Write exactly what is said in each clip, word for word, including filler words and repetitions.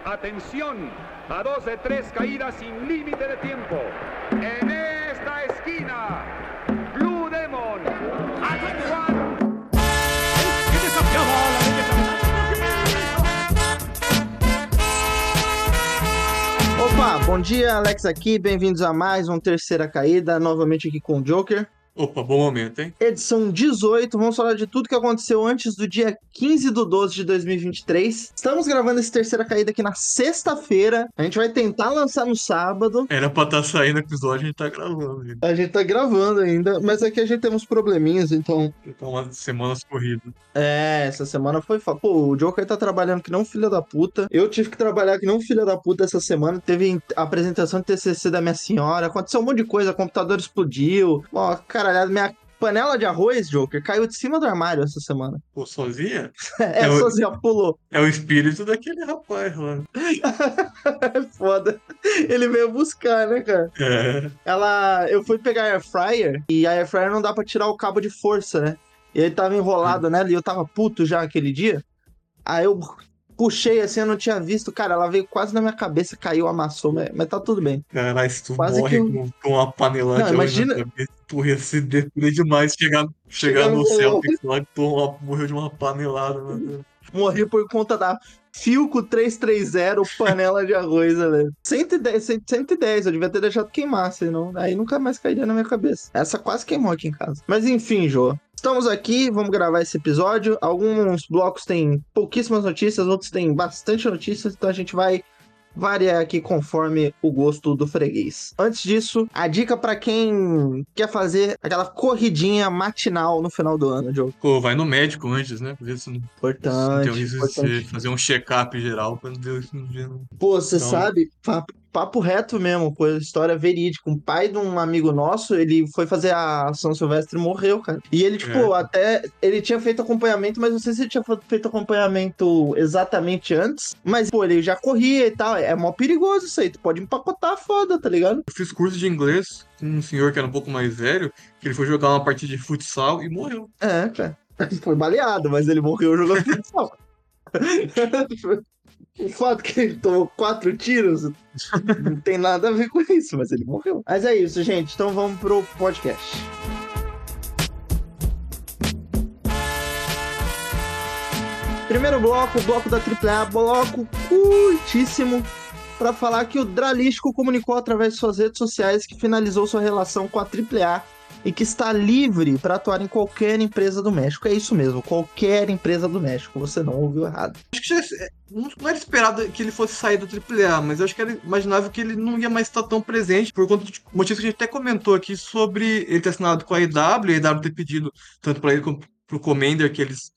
Atención, a dos de tres caídas sin límite de tiempo. En esta esquina, Blue Demon, a Taiwán. Que desafiaba a la ley de Opa, bom dia, Alex aqui, bem-vindos a mais um Terceira Caída, novamente aqui com o Joker. Opa, bom momento, hein? Edição dezoito, vamos falar de tudo que aconteceu antes do dia quinze de doze de dois mil e vinte e três. Estamos gravando esse Terceira Caída aqui na sexta-feira, a gente vai tentar lançar no sábado. Era pra estar saindo o episódio, a gente tá gravando. Gente. A gente tá gravando ainda, mas aqui a gente tem uns probleminhas, então... Então, umas semanas corridas. É, essa semana foi... fa- Pô, o Joker tá trabalhando que não filho da puta. Eu tive que trabalhar que não filho da puta essa semana. Teve a apresentação de T C C da minha senhora. Aconteceu um monte de coisa. O computador explodiu. Ó, caralho, minha panela de arroz, Joker, caiu de cima do armário essa semana. Pô, sozinha? É, É o- sozinha, pulou. É o espírito daquele rapaz lá. É foda. Ele veio buscar, né, cara? É. Ela... Eu fui pegar a air fryer e a air fryer não dá pra tirar o cabo de força, né? E ele tava enrolado nela e eu tava puto já aquele dia. Aí eu puxei assim, eu não tinha visto. Cara, ela veio quase na minha cabeça, caiu, amassou, mas, mas tá tudo bem. Caralho, se tu Quase morre que eu- com, com uma panelada Não, de arroz imagina- na cabeça, tu ia se destruir demais chegar, chegar Chegar no no céu, céu. tem que falar que tu uma- morreu de uma panelada. Né? Morri por conta da Filco trezentos e trinta, panela de arroz, né? cento e dez, cento cento e dez, eu devia ter deixado queimar, senão aí nunca mais cairia na minha cabeça. Essa quase queimou aqui em casa. Mas enfim, Jô. Estamos aqui, vamos gravar esse episódio. Alguns blocos têm pouquíssimas notícias, outros têm bastante notícias, então a gente vai variar aqui conforme o gosto do freguês. Antes disso, a dica pra quem quer fazer aquela corridinha matinal no final do ano, Joe. Pô, vai no médico antes, né? Pra ver se não, se não tem o Importante, risco de importante. você fazer um check-up geral pra não ver isso no dia. Não. Pô, você Então- sabe, papo, papo reto mesmo, pô, história verídica. Um pai de um amigo nosso, ele foi fazer a São Silvestre e morreu, cara. E ele, tipo, É. até. Ele tinha feito acompanhamento, mas não sei se ele tinha feito acompanhamento exatamente antes. Mas, pô, ele já corria e tal. É mó perigoso isso aí. Tu pode empacotar foda, tá ligado? Eu fiz curso de inglês com um senhor que era um pouco mais velho, que ele foi jogar uma partida de futsal e morreu. É, cara. Foi baleado, mas ele morreu jogando futsal. O fato que ele tomou quatro tiros não tem nada a ver com isso, mas ele morreu. Mas é isso, gente. Então vamos pro podcast. Primeiro bloco, o bloco da triplo A, bloco curtíssimo, para falar que o Dralisco comunicou através de suas redes sociais que finalizou sua relação com a triplo A e que está livre para atuar em qualquer empresa do México. É isso mesmo, qualquer empresa do México. Você não ouviu errado. Acho que já, é, não não era esperado que ele fosse sair do triplo A, mas eu acho que era imaginável que ele não ia mais estar tão presente, por conta de motivos que a gente até comentou aqui sobre ele ter assinado com a E W, e a E W ter pedido tanto para ele como para o Commander que eles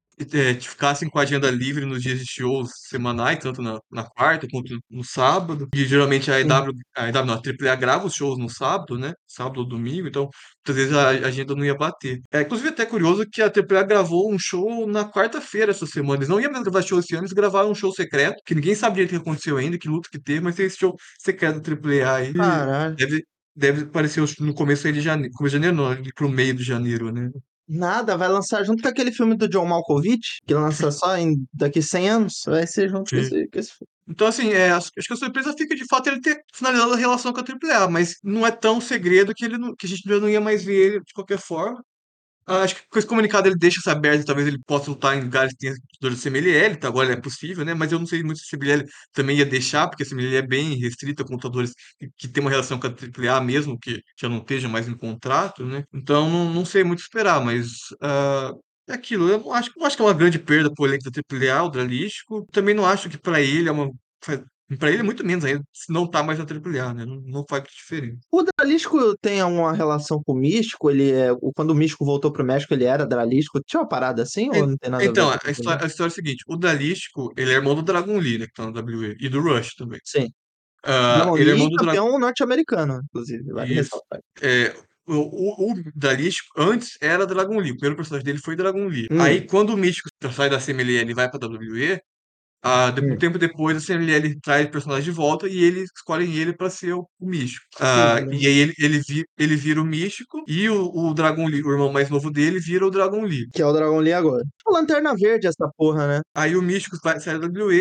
é, ficassem com a agenda livre nos dias de shows semanais, tanto na, na quarta quanto no sábado. E geralmente a E W, a E W não, a triplo A grava os shows no sábado, né? Sábado ou domingo, então muitas vezes a agenda não ia bater. É, inclusive, até curioso que a triplo A gravou um show na quarta-feira essa semana. Eles não iam mais gravar show esse ano, eles gravaram um show secreto, que ninguém sabe direito o que aconteceu ainda, que luta que teve, mas tem esse show secreto da triplo A aí. Caralho. Deve, deve aparecer no começo aí de janeiro. Começo de janeiro, não, ali pro meio de janeiro, né? Nada, vai lançar junto com aquele filme do John Malkovich, que lança só em daqui cem anos. Vai ser junto com Sim. esse, com esse filme. Então, assim, é, acho acho que a surpresa fica de fato ele ter finalizado a relação com a triplo A, mas não é tão segredo que, ele não- que a gente já não ia mais ver ele de qualquer forma. Ah, acho que com esse comunicado ele deixa isso aberto, talvez ele possa lutar em lugares que tenha lutadores do C M L L, tá? Agora é possível, né? Mas eu não sei muito se o C M L L também ia deixar, porque a C M L L é bem restrita com lutadores que, que tem uma relação com a triplo A mesmo, que já não esteja mais em contrato, né? Então não, não sei muito esperar, mas ah, é aquilo. Eu não acho, não acho que é uma grande perda pro elenco da triplo A, o Dralístico. Também não acho que pra ele é uma. Pra ele é muito menos ainda, se não tá mais na triplo A, né? Não, não faz diferença. O Dralístico tem alguma relação com o Místico? Ele é, o- quando o Místico voltou pro México, ele era Dralístico? Tinha uma parada assim ou não tem nada a ver Então, com a isso? história, a história é a seguinte: o Dralístico, ele é irmão do Dragon Lee, né? Que tá na W E, e do Rush também. Sim. Ah, Dragon ele é irmão Lee, do Dragon. campeão norte-americano, inclusive. Vale Isso. ressaltar. É, o, o, o Dralístico antes era Dragon Lee. O primeiro personagem dele foi Dragon Lee. Hum. Aí, quando o Místico sai da C M L L e vai pra W E, ah, de- um Hum. tempo depois a C M L L traz o personagem de volta e eles escolhem ele pra ser o, o Místico. Ah, Sim, né? e aí ele, ele, vi- ele vira o Místico e o, o Dragon Lee, o irmão mais novo dele, vira o Dragon Lee. Que é o Dragon Lee agora. O Lanterna Verde, essa porra, né? Aí o Místico vai, sai da W E,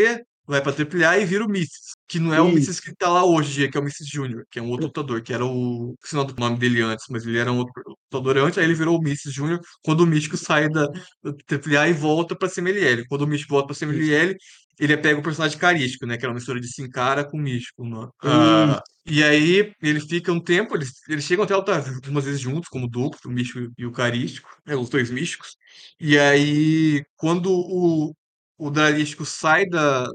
vai pra Triple A e vira o Missis, que não é o Missis Isso. que tá lá hoje, que é o Missis Júnior, que é um outro lutador, que era o. Não sei o nome dele antes, mas ele era um outro lutador antes, aí ele virou o Missis Júnior quando o Místico sai da, da Triple A e volta pra C M L L. Quando o Místico volta pra Isso. C M L L, ele pega o personagem carístico, né? Que era uma mistura de Sin Cara com Místico, né? Isso. Ah, e aí ele fica um tempo, eles, eles chegam até a lutar algumas vezes juntos, como duplo, o Místico e o Carístico, né, os dois místicos. E aí, quando o, o Drarístico sai da,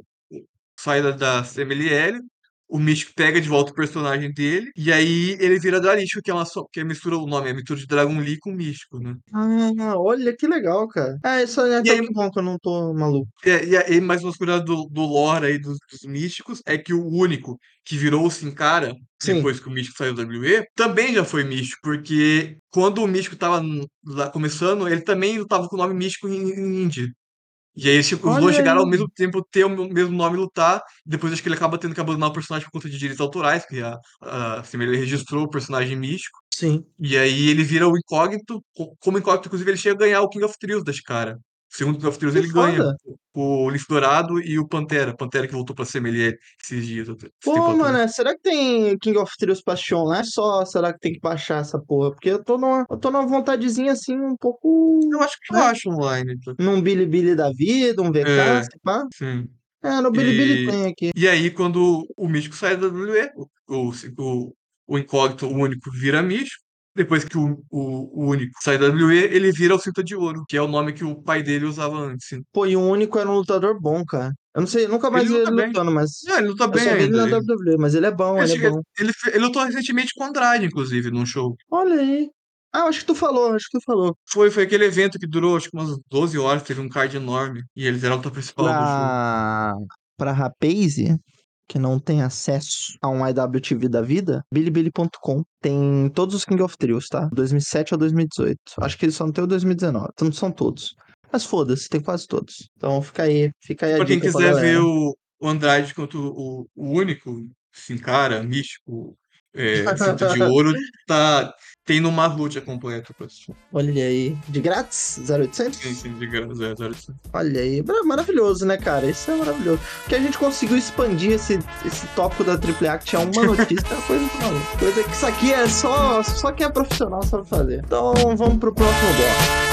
sai da, da C M L L, o Místico pega de volta o personagem dele, e aí ele vira Drarístico, que é uma só- que é mistura o nome, é mistura de Dragon Lee com Místico, né? Ah, olha que legal, cara. Ah, isso aí, E então aí, que bom que eu não tô maluco. é, e aí mais uma curiosidade do, do lore aí dos, dos místicos é que o único que virou o Sin Cara Sim. depois que o místico saiu do W W E também já foi místico, porque quando o místico tava n- lá começando, ele também tava com o nome místico em, em indie. E aí eles, tipo, os dois Olha chegaram ao aí. mesmo tempo ter o mesmo nome e lutar. Depois acho que ele acaba tendo que abandonar o personagem por conta de direitos autorais, porque a, a C M L registrou o personagem místico. Sim. E aí ele vira o incógnito. co- Como incógnito, inclusive, ele chega a ganhar o King of Trios das cara. O segundo King of Trios Que ele ganha foda. o Lince Dourado e o Pantera. Pantera que voltou pra C M L L esses dias, esse tempo Pô, atrás. mano, será que tem King of Trios pra assistir online? Só será que tem que baixar essa porra? Porque eu tô numa, eu tô numa vontadezinha assim, um Eu pouco, acho que eu né? acho online. Tá? Num Bilibili da vida, um V K, É, se pá. sim. É, no Bilibili E, tem aqui. e aí, quando o Místico sai da W W E, o, o, o Incógnito, o Único, vira Místico. Depois que o, o, o Único sai da W W E, ele vira o Cinta de Ouro, que é o nome que o pai dele usava antes. Pô, e o único era um lutador bom, cara. Eu não sei, nunca Ele mais vi ele luta bem. lutando, mas Ah, ele luta eu bem só vi ele ainda. na Ele, W W E, mas ele é bom, ele, ele é chega- bom. ele, fe- ele lutou recentemente com o Andrade, inclusive, num show. Olha aí. Ah, acho que tu falou, acho que tu falou. Foi, foi aquele evento que durou acho que umas doze horas, teve um card enorme, e eles eram a luta principal do show. Pra, pra Rapaze, que não tem acesso a um I W T V da vida, bilibili ponto com tem todos os King of Trios, tá? dois mil e sete a dois mil e dezoito. Acho que eles só não tem o dois mil e dezenove. Então não são todos. Mas foda-se, tem quase todos. Então fica aí, fica aí E a pra quem dica pra quiser ver galera. o, o Andrade quanto o, o único, Sin Cara, místico, é, cinto de ouro, tá, tem no Marlute completo pra assistir. Olha aí. De grátis? Sim, zero oitocentos? sim, de graça, é, zero. Olha aí. Mara- Maravilhoso, né, cara? Isso é maravilhoso. Porque a gente conseguiu expandir esse, esse tópico da Triple A, que tinha uma notícia, é uma coisa do maluco. Coisa que isso aqui é só, só quem é profissional sabe fazer. Então vamos pro próximo bloco.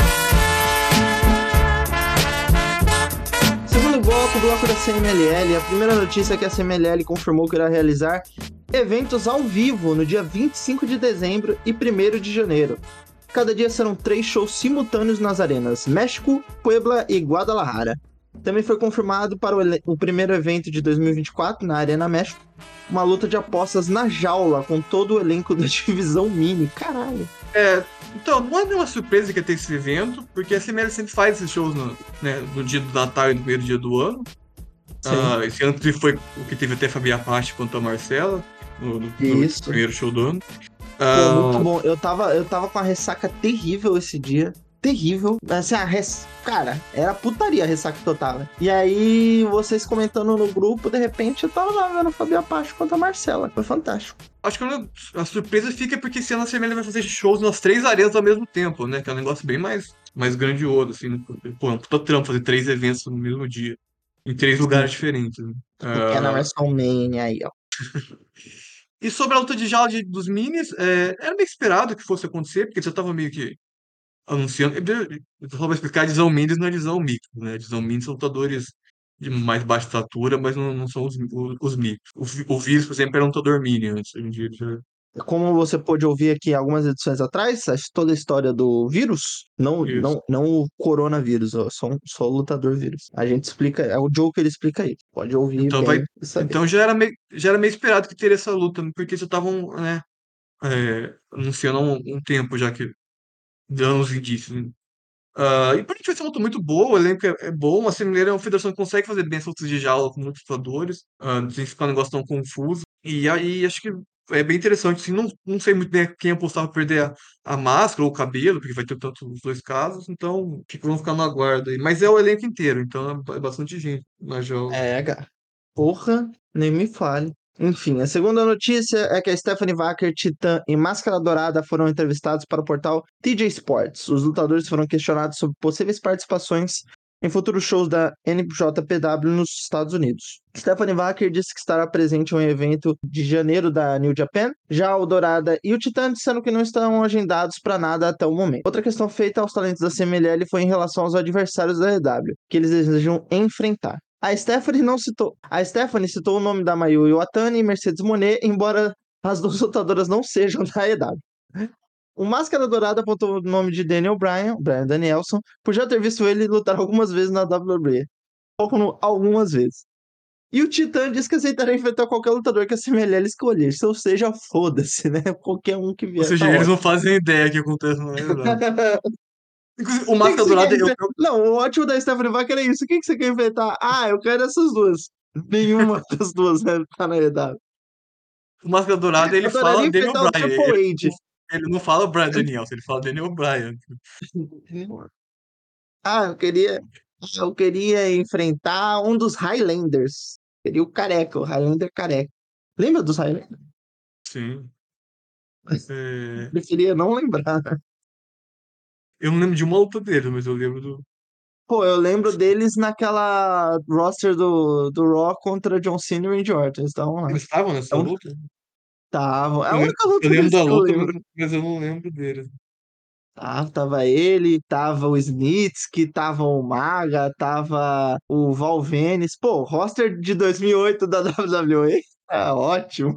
Segundo bloco, o bloco da C M L L. A primeira notícia é que a C M L L confirmou que irá realizar eventos ao vivo no dia vinte e cinco de dezembro e primeiro de janeiro. Cada dia serão três shows simultâneos nas arenas México, Puebla e Guadalajara. Também foi confirmado para o, ele- o primeiro evento de dois mil e vinte e quatro na Arena México, uma luta de apostas na jaula com todo o elenco da divisão mini. Caralho. É, então, não é nenhuma surpresa que ia ter esse evento, porque a C M L sempre faz esses shows no, né, no dia do Natal e no primeiro dia do ano. Sim. Ah, esse ano que foi o que teve até a Fabi Apache quanto a Marcela, no, no- no Isso. primeiro show do ano. Pô, muito Ah, bom. Eu tava, eu tava com a ressaca terrível esse dia. Terrível. Assim, a res... Cara, era putaria a ressaca que eu tava. E aí, vocês comentando no grupo, de repente, eu tava lá vendo a Fabi Apache contra a Marcela. Foi fantástico. acho que a a surpresa fica porque esse ano a C M L vai fazer shows nas três arenas ao mesmo tempo, né? Que é um negócio bem mais, mais grandioso, assim. Né? Pô, é um puta trampo fazer três eventos no mesmo dia, em três Sim. lugares diferentes. Né? É na Ah, WrestleMania aí, ó. e sobre a luta de jaula de- dos minis, é, era meio esperado que fosse acontecer, porque já tava meio que anunciando. Só pra explicar, a Dizão Mendes não é Dizão Micro, né? Dizão Mendes são lutadores de mais baixa estatura, mas não, não são os, os, os micros. O, Vi- o Vírus, por exemplo, era um lutador mini antes. Hoje em dia ele já. Como você pôde ouvir aqui algumas edições atrás, a- toda a história do vírus, não, Isso. não, não o coronavírus, ó, só, um- só o lutador vírus. A gente explica, é o Joe que ele explica aí. Pode ouvir Então vai. bem e saber. Então já era meio, já era meio esperado que teria essa luta, porque já estavam, né, é, anunciando há um, um tempo já que dando os indícios. Né? Ah, e pra gente vai ser uma luta muito boa, o elenco é, é bom, a Cimeira é uma federação que consegue fazer bem as lutas de jaula com muitos lutadores, uh, sem ficar um negócio tão confuso. E aí acho que é bem interessante, assim, não, não sei muito bem quem apostava pra perder a, a máscara ou o cabelo, porque vai ter tanto os dois casos, então fica, vamos ficar no aguardo aí. Mas é o elenco inteiro, então é, é bastante gente na jaula. É, cara. Porra, nem me fale. Enfim, a segunda notícia é que a Stephanie Wacker, Titã e Máscara Dourada foram entrevistados para o portal T J Sports. Os lutadores foram questionados sobre possíveis participações em futuros shows da N J P W nos Estados Unidos. Stephanie Wacker disse que estará presente em um evento de janeiro da New Japan. Já o Dorada e o Titã disseram que não estão agendados para nada até o momento. Outra questão feita aos talentos da C M L L foi em relação aos adversários da E W, que eles desejam enfrentar. A Stephanie não citou. A Stephanie citou o nome da Mayu Iwatani e Mercedes Moné, embora as duas lutadoras não sejam da E W. O Máscara Dourada apontou o nome de Daniel Bryan, Bryan Danielson, por já ter visto ele lutar algumas vezes na W W E. Pouco no algumas vezes. E o Titã disse que aceitaria enfrentar qualquer lutador que a C M L L escolher. Ou seja, foda-se, né? Qualquer um que Ou vier, seja, tá eles ótimo. não fazem ideia do que acontece na realidade. Inclusive, o Quem que Máscara você quer Dourada, eu, enfrentar? eu- Não, o ótimo da Stephanie Wacker é isso. Quem que você quer enfrentar? Ah, eu quero essas duas. Nenhuma das duas, né? Tá na E W. o Máscara Dourada, ele Adoraria fala Daniel enfrentar o Bryan. Triple Ele, H. ele não fala Bryan Danielson, ele fala Daniel Bryan. Ah, eu queria, eu queria enfrentar um dos Highlanders. Queria o careca, o Highlander careca. Lembra dos Highlanders? Sim. É, Preferia não lembrar. eu não lembro de uma luta dele, mas eu lembro do. Pô, eu lembro deles naquela roster do, do Raw contra John Cena e Randy Orton. Eles estavam lá. Eles estavam nessa Então, luta? estavam. É a Eu lembro, única eu luta lembro deles da que eu luta, lembro. mas eu não lembro dele. Tá, tava ele, tava o Snitsky, tava o Maga, tava o Val Venis. Pô, roster de dois mil e oito da W W E. É ótimo.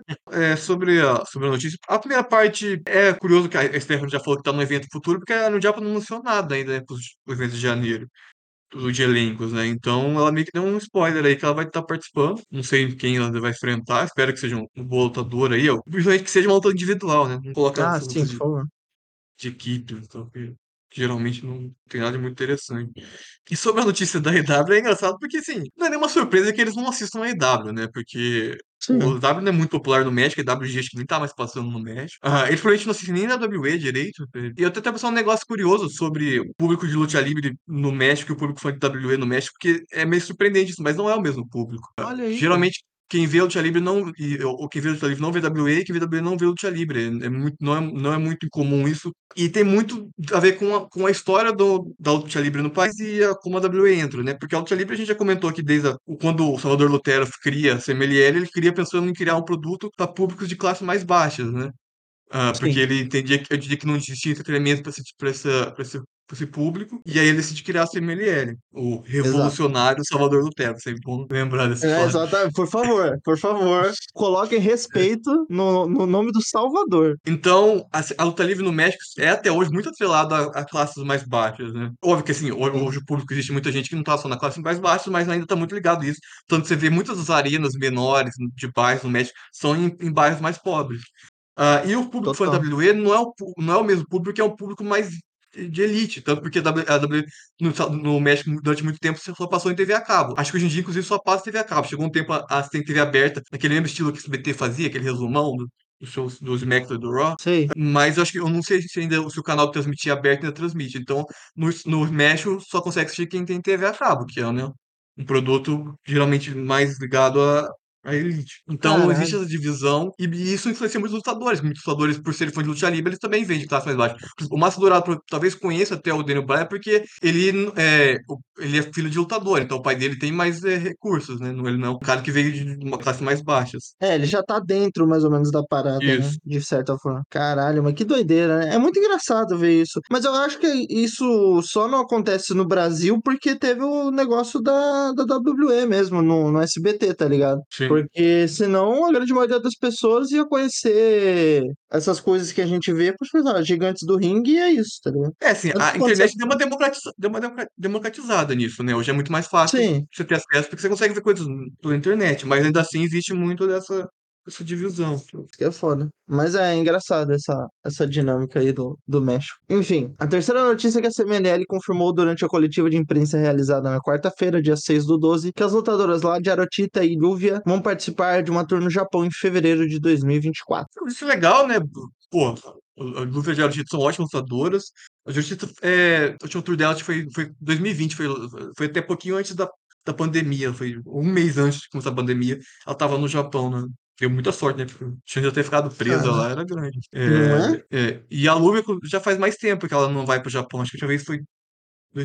É, sobre a, sobre a notícia, a primeira parte é curioso que a Stephanie já falou que tá no evento futuro, porque a New Japan não anunciou nada ainda, né, pros pro evento de janeiro, tudo de elencos, né? Então ela meio que deu um spoiler aí que ela vai estar participando. Não sei quem ela vai enfrentar, espero que seja um, um boa lutador aí, ó. Principalmente que seja uma luta individual, né? Não colocar Ah, essa sim, luta por de, favor. de equipe, então, que geralmente não tem nada de muito interessante. E sobre a notícia da E W é engraçado porque, assim, não é nenhuma surpresa que eles não assistam a E W, né? Porque o Sim. W não é muito popular no México, a E W G acho que nem tá mais passando no México. Ah, eles provavelmente não assistem nem na W E direito. E eu até tava pensando um negócio curioso sobre o público de luta livre no México e o público fã de W E no México, porque é meio surpreendente isso, mas não é o mesmo público. Olha aí, cara. Geralmente, quem vê luta livre não, e, ou quem vê luta livre não vê W E, e quem vê W E não vê luta livre. É muito, não, é, não é muito incomum isso. E tem muito a ver com a, com a história do, da luta livre no país e a, como a W E entra, né? Porque a luta livre a gente já comentou aqui desde a, quando o Salvador Lutero cria a C M L L, ele queria pensando em criar um produto para públicos de classes mais baixas, né? Ah, porque Sim, ele entendia que, eu diria que não existia entretenimento para esse, pra essa, pra esse, pra esse público, e aí ele decidiu criar a C M L L, o exato. revolucionário Salvador Lutero. Sempre bom lembrar dessa É, história. exatamente. Por favor, por favor, coloquem respeito no, no nome do Salvador. Então, a, a luta livre no México é até hoje muito atrelada a, a classes mais baixas, né? Óbvio que assim, hoje, Sim. hoje o público existe muita gente que não tá só na classe mais baixa, mas ainda tá muito ligado a isso. Tanto que você vê muitas das arenas menores de bairros no México são em, em bairros mais pobres. Ah, e o público fã da Total. W W E não é o, pu- não é o mesmo público, é um público mais de elite, tanto porque a W- a W W E no, Esta- no México durante muito tempo só passou em T V a cabo. Acho que hoje em dia, inclusive, só passa em T V a cabo. Chegou um tempo a, a tem T V aberta, naquele mesmo estilo que o S B T fazia, aquele resumão do- dos shows do SmackDown e do Raw. Sei. Mas eu acho que eu não sei se ainda se o canal que transmitia aberto ainda transmite. Então, no, no México só consegue assistir quem tem T V a cabo, que é, né, um produto geralmente mais ligado a a elite. Então existe Caralho. essa divisão e isso influencia muitos lutadores. Muitos lutadores, por serem fãs de luta livre, eles também vêm de classe mais baixa. O Massa Dourado pro- talvez conheça até o Daniel Bryan porque ele é, o- ele é filho de lutador, então o pai dele tem mais é, recursos, né? Não- Ele não é um cara que veio de uma classe mais baixa. É, ele já tá dentro mais ou menos da parada, né? Isso. De certa forma. Caralho, mas que doideira, né? É muito engraçado ver isso. Mas eu acho que isso só não acontece no Brasil porque teve o negócio da, da W W E mesmo, no, no S B T, tá ligado? Sim. Porque senão a grande maioria das pessoas ia conhecer essas coisas que a gente vê, por exemplo, gigantes do ringue e é isso, tá ligado? É, assim, Antes a quando você... internet deu uma, democratiza- deu uma democra- democratizada nisso, né? Hoje é muito mais fácil Sim, você ter acesso porque você consegue ver coisas pela internet, mas ainda assim existe muito dessa, dessa divisão. isso que é foda. Mas é engraçado essa, essa dinâmica aí do, do México. Enfim, a terceira notícia é que a C M L L confirmou durante a coletiva de imprensa realizada na quarta-feira, dia seis do doze, que as lutadoras lá de Arotita e Lúvia vão participar de uma tour no Japão em fevereiro de dois mil e vinte e quatro. Isso é legal, né? Pô, as lutas de Jiu-Jitsu são ótimas lutadoras. A Jiu-Jitsu, é, o último tour dela acho que foi, foi dois mil e vinte, foi, foi até pouquinho antes da, da pandemia, foi um mês antes de começar a pandemia. Ela tava no Japão, né? Deu muita sorte, né? Porque a chance de ela ter ficado presa Cara, lá era grande. não é? É, é, e a Lúvia já faz mais tempo que ela não vai pro Japão. Acho que a última vez foi dois mil.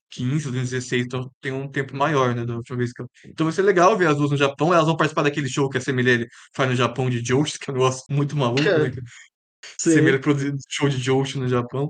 quinze, duzentos e dezesseis, então tem um tempo maior, né, da última vez que eu... Então vai ser legal ver as duas no Japão. Elas vão participar daquele show que a Semelele faz no Japão de Joshi, que é um negócio muito maluco, né? Que Sim. Semelele produz show de Joshi no Japão.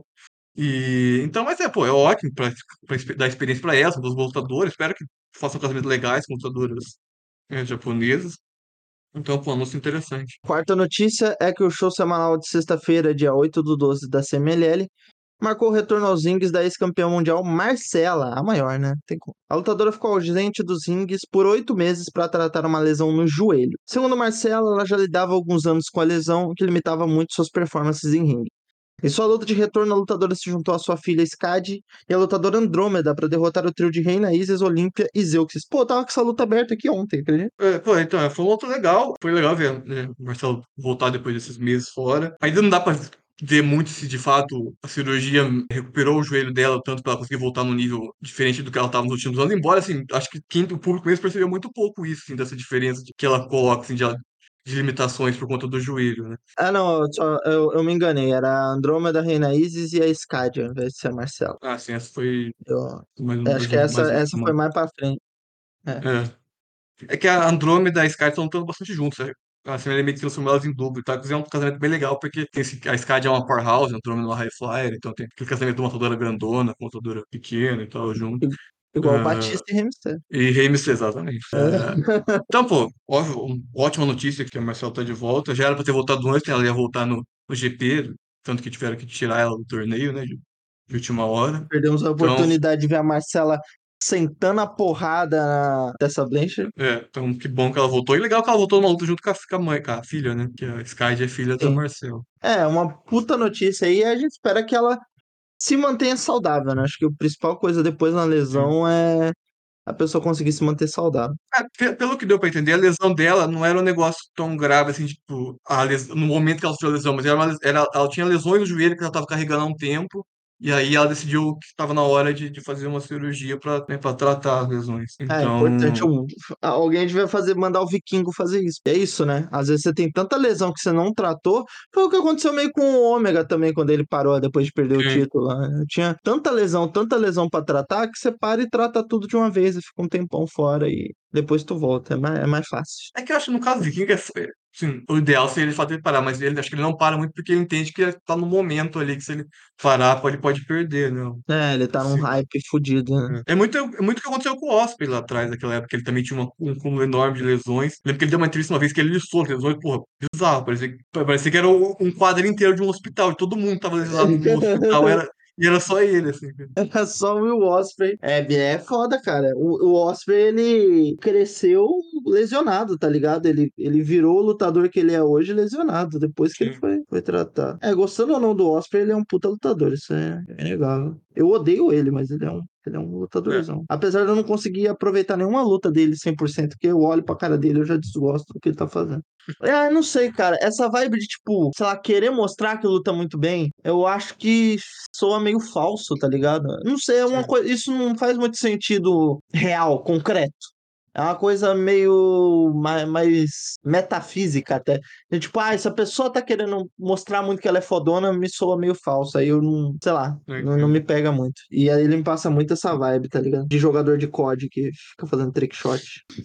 E então, mas é, pô, é ótimo pra, pra expe- dar experiência pra elas, dos lutadores. Espero que façam casamentos legais com lutadoras é, japonesas. Então, pô, um anúncio interessante. Quarta notícia é que o show semanal de sexta-feira, dia oito do doze da C M L L, marcou o retorno aos rings da ex-campeã mundial Marcela, a maior, né? Tem como. A lutadora ficou ausente dos rings por oito meses para tratar uma lesão no joelho. Segundo Marcela, ela já lidava há alguns anos com a lesão, que limitava muito suas performances em ringue. Em sua luta de retorno, a lutadora se juntou à sua filha Skadi e a lutadora Andrômeda para derrotar o trio de Reina, Isis, Olímpia e Zeuxis. Pô, eu tava com essa luta aberta aqui ontem, acredita? É, pô, então, é, foi um outro legal. Foi legal ver, né, o Marcelo voltar depois desses meses fora. Ainda não dá pra ver muito se de fato a cirurgia recuperou o joelho dela, tanto pra ela conseguir voltar num nível diferente do que ela estava nos últimos anos. Embora, assim, acho que quem, o público mesmo percebeu muito pouco isso, assim, dessa diferença de- que ela coloca, assim, de, de limitações por conta do joelho, né? Ah, não, eu, só- eu, eu me enganei. Era a Andrômeda, a Reina Isis e a Skadi, ao invés de ser a Marcela. Ah, sim, essa foi Eu, mais, eu acho mais, que essa, mais essa foi uma. mais pra frente. É. É. É que a Andrômeda e a Sky estão lutando bastante juntos, né? A Semana meio que transformou elas em duplo e tal. Inclusive é um casamento bem legal, porque tem esse, a Sky é uma powerhouse, a Andrômeda é uma high flyer, então tem aquele casamento de uma lutadora grandona com uma lutadora pequena e tal, junto. I- Igual Ah, Batista e Rey Mysterio. e Rey Mysterio, exatamente. Ah, É. então, pô, ó- um- ótima notícia que a Marcel tá de volta. Já era pra ter voltado antes, né? Ela ia voltar no, no G P, tanto que tiveram que tirar ela do torneio, né? De, de última hora. Perdemos a Então, oportunidade de ver a Marcela sentando a porrada na Tessa Blanchard. é, então que bom que ela voltou. E legal que ela voltou numa luta junto com a, com a mãe, com a filha, né? Que a Sky é filha da Sim. Marcel. É, uma puta notícia aí. E a gente espera que ela se mantenha saudável, né? Acho que a principal coisa depois na Sim. lesão é a pessoa conseguir se manter saudável. É, pe- pelo que deu pra entender, a lesão dela não era um negócio tão grave assim, tipo, a les... no momento que ela sofreu a lesão, mas era uma... les- era... ela tinha lesões no joelho que ela estava carregando há um tempo, e aí ela decidiu que estava na hora de, de fazer uma cirurgia para para tratar as lesões. É importante Então, um- alguém devia fazer, mandar o Vikingo fazer isso. É isso, né? Às vezes você tem tanta lesão que você não tratou. Foi o que aconteceu meio com o Ômega também, quando ele parou depois de perder o sim. título, né? Tinha tanta lesão, tanta lesão pra tratar, que você para e trata tudo de uma vez e fica um tempão fora e depois tu volta. É mais, é mais fácil. É que eu acho que no caso do Viking, é, é, sim, o ideal seria ele fazer ele parar, mas ele acho que ele não para muito porque ele entende que ele tá no momento ali que se ele parar, pode, pode perder, né? É, ele tá num hype fudido, né? É muito, é muito o que aconteceu com o Osprey lá atrás, naquela época. Ele também tinha uma- um cúmulo enorme de lesões. Lembro que ele deu uma entrevista uma vez que ele listou as lesões, porra, bizarro. Parecia, que- parecia que era um um quadro inteiro de um hospital. E todo mundo tava lesionado no hospital, era, e era só ele, assim. É só o Will Ospreay. É, é foda, cara. O, o Ospreay, ele cresceu lesionado, tá ligado? Ele, ele virou o lutador que ele é hoje lesionado, depois que ele Sim, foi, foi tratado. É, gostando ou não do Ospreay, ele é um puta lutador, isso é inegável. Eu odeio ele, mas ele é um, ele é um é. lutadorzão. Apesar de eu não conseguir aproveitar nenhuma luta dele cem por cento, porque eu olho pra cara dele e eu já desgosto do que ele tá fazendo. É, não sei, cara. Essa vibe de, tipo, sei lá, querer mostrar que luta muito bem, eu acho que soa meio falso, tá ligado? Não sei, é uma Sim. coisa. Isso não faz muito sentido real, concreto. É uma coisa meio mais, mais metafísica até. É tipo, ah, se a pessoa tá querendo mostrar muito que ela é fodona, me soa meio falso. Aí eu não, sei lá, Eu não, não me entendo. pega muito. E aí ele me passa muito essa vibe, tá ligado? De jogador de C O D que fica fazendo trick shot.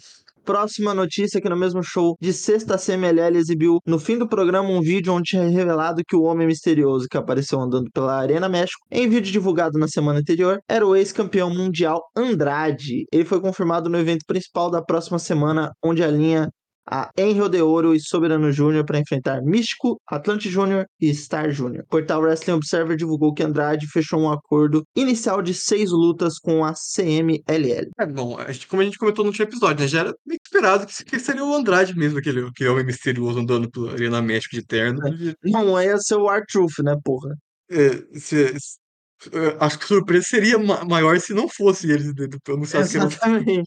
Próxima notícia que no mesmo show de sexta a C M L L exibiu no fim do programa um vídeo onde tinha revelado que o homem misterioso que apareceu andando pela Arena México, em vídeo divulgado na semana anterior, era o ex-campeão mundial Andrade. Ele foi confirmado no evento principal da próxima semana, onde alinha a Henry de Ouro e Soberano Júnior para enfrentar Místico, Atlante Júnior e Star Júnior. O portal Wrestling Observer divulgou que Andrade fechou um acordo inicial de seis lutas com a C M L L. É, bom, a gente- como a gente comentou no último episódio, né? Já era meio que esperado que, que seria o Andrade mesmo, aquele, aquele homem misterioso andando pela Arena México de terno. Porque, Não ia ser o R-Truth, né, porra? é, se- se- é, acho que a surpresa seria ma- maior se não fosse ele, né, anunciado que era Exatamente.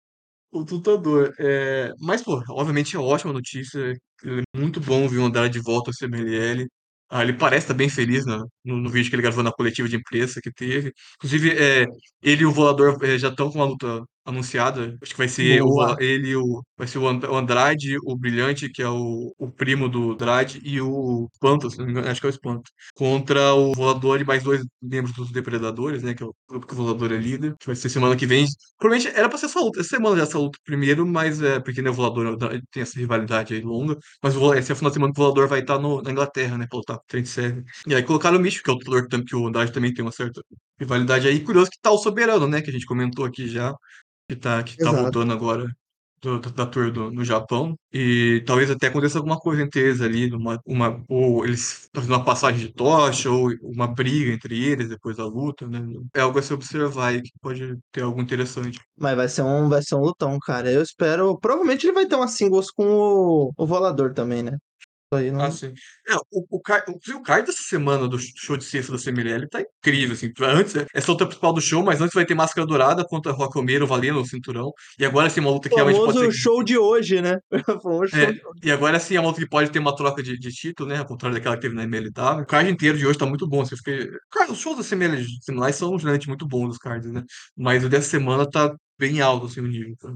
o tutador. É, mas, pô, obviamente é ótima notícia. É muito bom ver o Andrade de volta ao C M L L. Ah, ele parece estar bem feliz na- no, no vídeo que ele gravou na coletiva de imprensa que teve. Inclusive, é, ele e o Volador é, já estão com uma luta anunciada. Acho que vai ser o, Boa. Vola- ele, o, vai ser o And- o Andrade, o Brilhante, que é o, o primo do Andrade, e o Espanto, se não me engano, acho que é o Espanto, contra o Volador e mais dois membros dos Depredadores, né? Que é o grupo que o Volador é líder, que vai ser semana que vem. Provavelmente era pra ser essa luta, essa semana já essa luta primeiro, mas é porque né, o Volador e o Andrade tem essa rivalidade aí longa. Mas o, Vola- esse é o final de semana que o Volador vai estar no, na Inglaterra, né? Pra lutar com o Trent Seven. E aí colocaram o Místico, que é o lutador que que o Andrade também tem uma certa rivalidade aí. Curioso que tá o Soberano, né? Que a gente comentou aqui já que tá, que tá Exato. voltando agora do- da da tour do- no Japão. E talvez até aconteça alguma coisa entre eles ali, uma, uma, ou eles fazendo uma passagem de tocha, ou uma briga entre eles depois da luta, né? É algo a se observar aí que pode ter algo interessante. Mas vai ser um, vai ser um lutão, cara. Eu espero. Provavelmente ele vai ter uma singles com o, o Volador também, né? Isso aí Ah, não. sim. É, o, o, card, o, o card dessa semana do show de sexta da C M L L tá incrível, assim. Antes, essa luta principal do show, mas antes vai ter Máscara Dourada contra Rock Romero valendo o cinturão. E agora sim, uma luta O que realmente pode famoso ser. show de hoje, né? O famoso show É, de hoje. e agora sim é uma luta que pode ter uma troca de, de título, né? Ao contrário daquela que teve na M L W. O card inteiro de hoje tá muito bom. Assim, eu fiquei... Cara, os shows da C M L similares são geralmente muito bons, os cards, né? Mas o dessa semana tá bem alto, assim, o nível. Tá?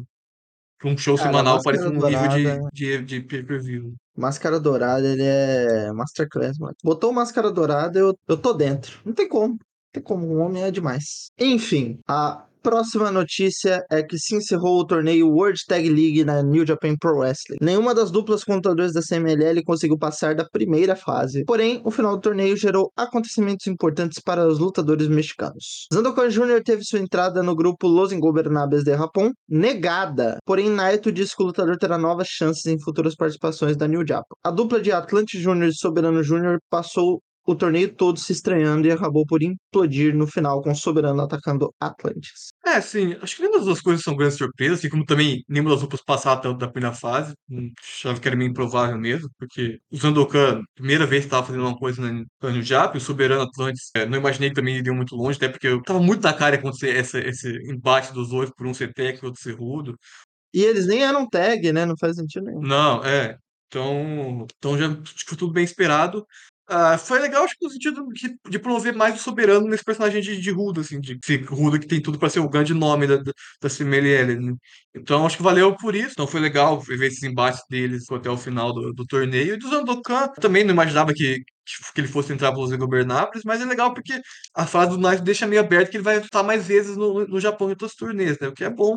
Um show Cara, semanal parece Máscara um nível Dourada. de, de, de pay-per-view. Máscara Dourada, ele é Masterclass, mano. Botou Máscara Dourada, eu, eu tô dentro. Não tem como. Não tem como, o homem é demais. Enfim, a próxima notícia é que se encerrou o torneio World Tag League na New Japan Pro Wrestling. Nenhuma das duplas contadores da C M L L conseguiu passar da primeira fase. Porém, o final do torneio gerou acontecimentos importantes para os lutadores mexicanos. Zandokan Júnior teve sua entrada no grupo Los Ingobernables de Japón negada. Porém, Naito disse que o lutador terá novas chances em futuras participações da New Japan. A dupla de Atlante Júnior e Soberano Júnior passou o torneio todo se estranhando e acabou por implodir no final com o Soberano atacando Atlantis. É, sim, acho que nenhuma das duas coisas são grandes surpresas, assim como também nenhuma das duplas passaram da, da primeira fase. Hum, Achava que era meio improvável mesmo, porque o Sandokan, primeira vez que estava fazendo uma coisa na, na New Japan, o Soberano Atlantis, é, não imaginei que também iriam muito longe, até porque eu tava muito na cara acontecer essa, esse embate dos dois, por um ser técnico e outro ser rudo. E eles nem eram tag, né? Não faz sentido nenhum. Não, é. Então, então já acho que foi tudo bem esperado. Ah, foi legal, acho que no sentido de, de promover mais o Soberano nesse personagem de, de Rudo, assim, de esse Rudo que tem tudo para ser o grande nome da, da, da C M L L, né? Então, acho que valeu por isso. Então, foi legal ver esses embates deles até o final do, do torneio. E do Zandokan, também não imaginava que, que ele fosse entrar pelos Ingobernáveis, mas é legal porque a fase do Knight deixa meio aberto que ele vai estar mais vezes no, no Japão em outros turnês, né? O que é bom.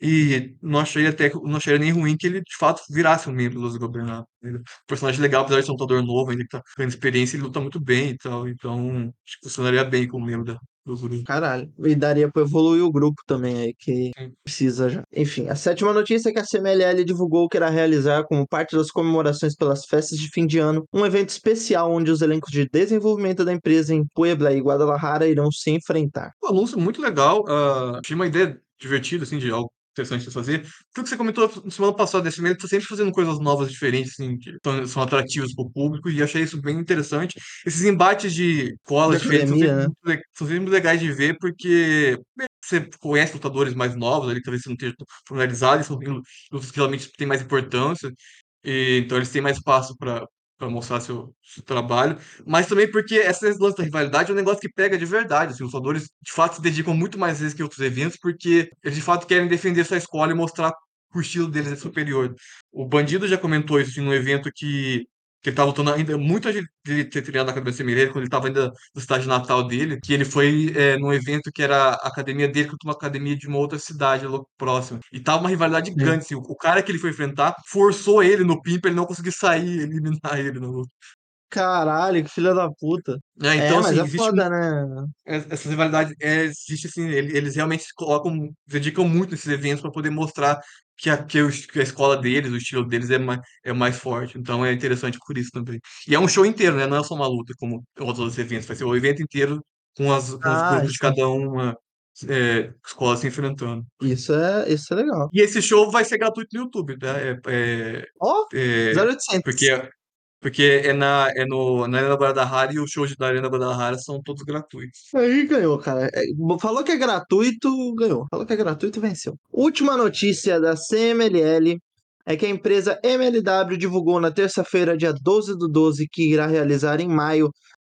E não achei até não achei nem ruim que ele de fato virasse um membro dos Governadores. Um personagem legal, apesar de ser um lutador novo, ainda que tá ganhando experiência, ele luta muito bem e tal. Então, acho que funcionaria bem como membro da, do grupo. Caralho. E daria pra evoluir o grupo também aí, que Sim. precisa já. Enfim, a sétima notícia é que a C M L L divulgou que irá realizar, como parte das comemorações pelas festas de fim de ano, um evento especial onde os elencos de desenvolvimento da empresa em Puebla e Guadalajara irão se enfrentar. Um anúncio muito legal. ah, achei uma ideia divertida, assim, de algo interessante de fazer. Tudo que você comentou na semana passada, esse ele tá sempre fazendo coisas novas, diferentes, assim, que tão- são atrativas para o público, e achei isso bem interessante. Esses embates de De escolas diferentes são academia, sempre né? muito, le- são sempre muito legais de ver, porque você conhece lutadores mais novos ali, talvez você não esteja tão familiarizado, e são lutas que realmente têm mais importância, e, então eles têm mais espaço para para mostrar seu, seu trabalho, mas também porque essa lance da rivalidade é um negócio que pega de verdade. Assim, os lutadores de fato se dedicam muito mais vezes que outros eventos, porque eles de fato querem defender sua escola e mostrar que o estilo deles é superior. O Bandido já comentou isso em um evento que, que ele estava lutando ainda muito antes de ele ter treinado na cabeça Mineira, quando ele estava ainda no estágio natal dele, que ele foi é, num evento que era a academia dele contra uma academia de uma outra cidade lo- próxima. E tava uma rivalidade Sim. grande. Assim, o, o cara que ele foi enfrentar forçou ele no pin pra ele não conseguir sair e eliminar ele na luta. Caralho, que filha da puta. É, É, então, mas assim, é existe foda, né? essa rivalidade é, existe assim, ele- eles realmente se colocam, se dedicam muito nesses eventos para poder mostrar que a, que, o est- que a escola deles, o estilo deles é mais, é mais forte. Então é interessante por isso também. E é um show inteiro, né? Não é só uma luta como outros eventos. Vai ser o evento inteiro com, as, com os Ah, grupos de sim. cada uma é, escola se enfrentando. Isso é, isso é legal. E esse show vai ser gratuito no YouTube, tá? É, é, Ó, é, zero oitocentos. porque porque é na, é no, na Arena Guadalajara e os shows da Arena Guadalajara são todos gratuitos. Aí ganhou, cara. É, falou que é gratuito, ganhou. Falou que é gratuito, venceu. Última notícia da C M L L é que a empresa M L W divulgou na terça-feira, dia doze do doze, que irá realizar em maio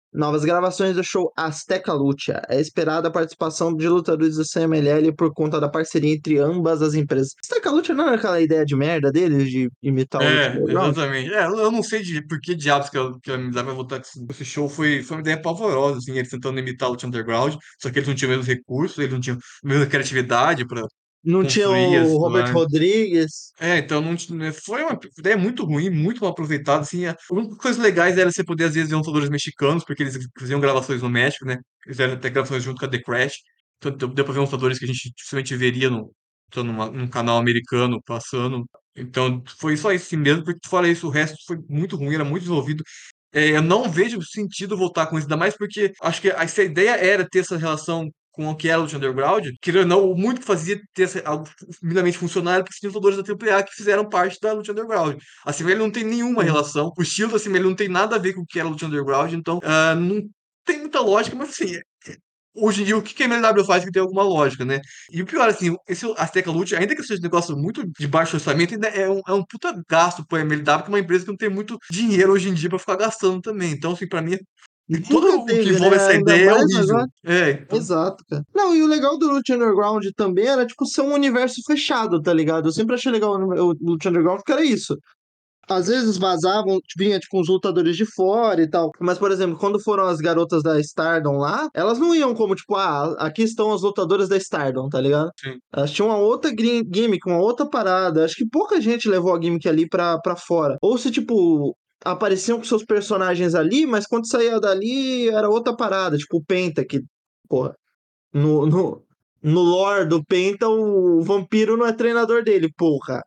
Novas gravações do show Azteca Lucha. É esperada a participação de lutadores do C M L L por conta da parceria entre ambas as empresas. Azteca Lucha não era aquela ideia de merda deles de imitar o Lucha É, Underground? exatamente. É, eu eu não sei de por que diabos que a, que a M W vai voltar com esse, esse show. Foi, foi uma ideia pavorosa, assim, eles tentando imitar o Lucha Underground, só que eles não tinham os mesmos recursos, eles não tinham a mesma criatividade para Não tinha construir o as Robert storylines. Rodrigues. É, então não, ti- né, foi uma ideia muito ruim, muito mal aproveitada, assim. A única coisa legais era você poder, às vezes, ver lutadores mexicanos, porque eles faziam gravações no México, né? Fizeram até gravações junto com a The Crash. Então deu deu pra ver uns lutadores que a gente dificilmente veria no, então, numa- num canal americano passando. Então foi só isso assim mesmo, porque fora isso, o resto foi muito ruim, era muito desenvolvido. É, eu não vejo sentido voltar com isso, ainda mais porque acho que essa ideia era ter essa relação com o que era o Lucha Underground, querendo ou não, o muito que fazia ter essa, algo minimamente funcionário, porque tinha os lutadores da Triple A que fizeram parte da Lucha Underground. A C M L não tem nenhuma Sim. relação, o estilo da C M L não tem nada a ver com o que era o Lucha Underground, então ah, não tem muita lógica, mas assim, hoje em dia, o que que a M L W faz que tem alguma lógica, né? E o pior, assim, esse Azteca Lute, ainda que seja um negócio muito de baixo orçamento, ainda é um, é um puta gasto pro M L W, que é uma empresa que não tem muito dinheiro hoje em dia pra ficar gastando também. Então, assim, pra mim, todo Nunca o que teve, envolve né? essa Ainda ideia é mais horrível. agora. É, então. Exato, cara. Não, e o legal do Lucha Underground também era, tipo, ser um universo fechado, tá ligado? Eu sempre achei legal o o Lucha Underground porque era isso. Às vezes vazavam, vinha tipo uns lutadores de fora e tal. Mas, por exemplo, quando foram as garotas da Stardom lá, elas não iam como, tipo, ah, aqui estão as lutadoras da Stardom, tá ligado? Sim. Elas tinham uma outra gri- gimmick, uma outra parada. Acho que pouca gente levou a gimmick ali pra, pra fora. Ou se, tipo, apareciam com seus personagens ali, mas quando saía dali era outra parada. Tipo o Penta, que, porra, no, no, no lore do Penta, o vampiro não é treinador dele, porra.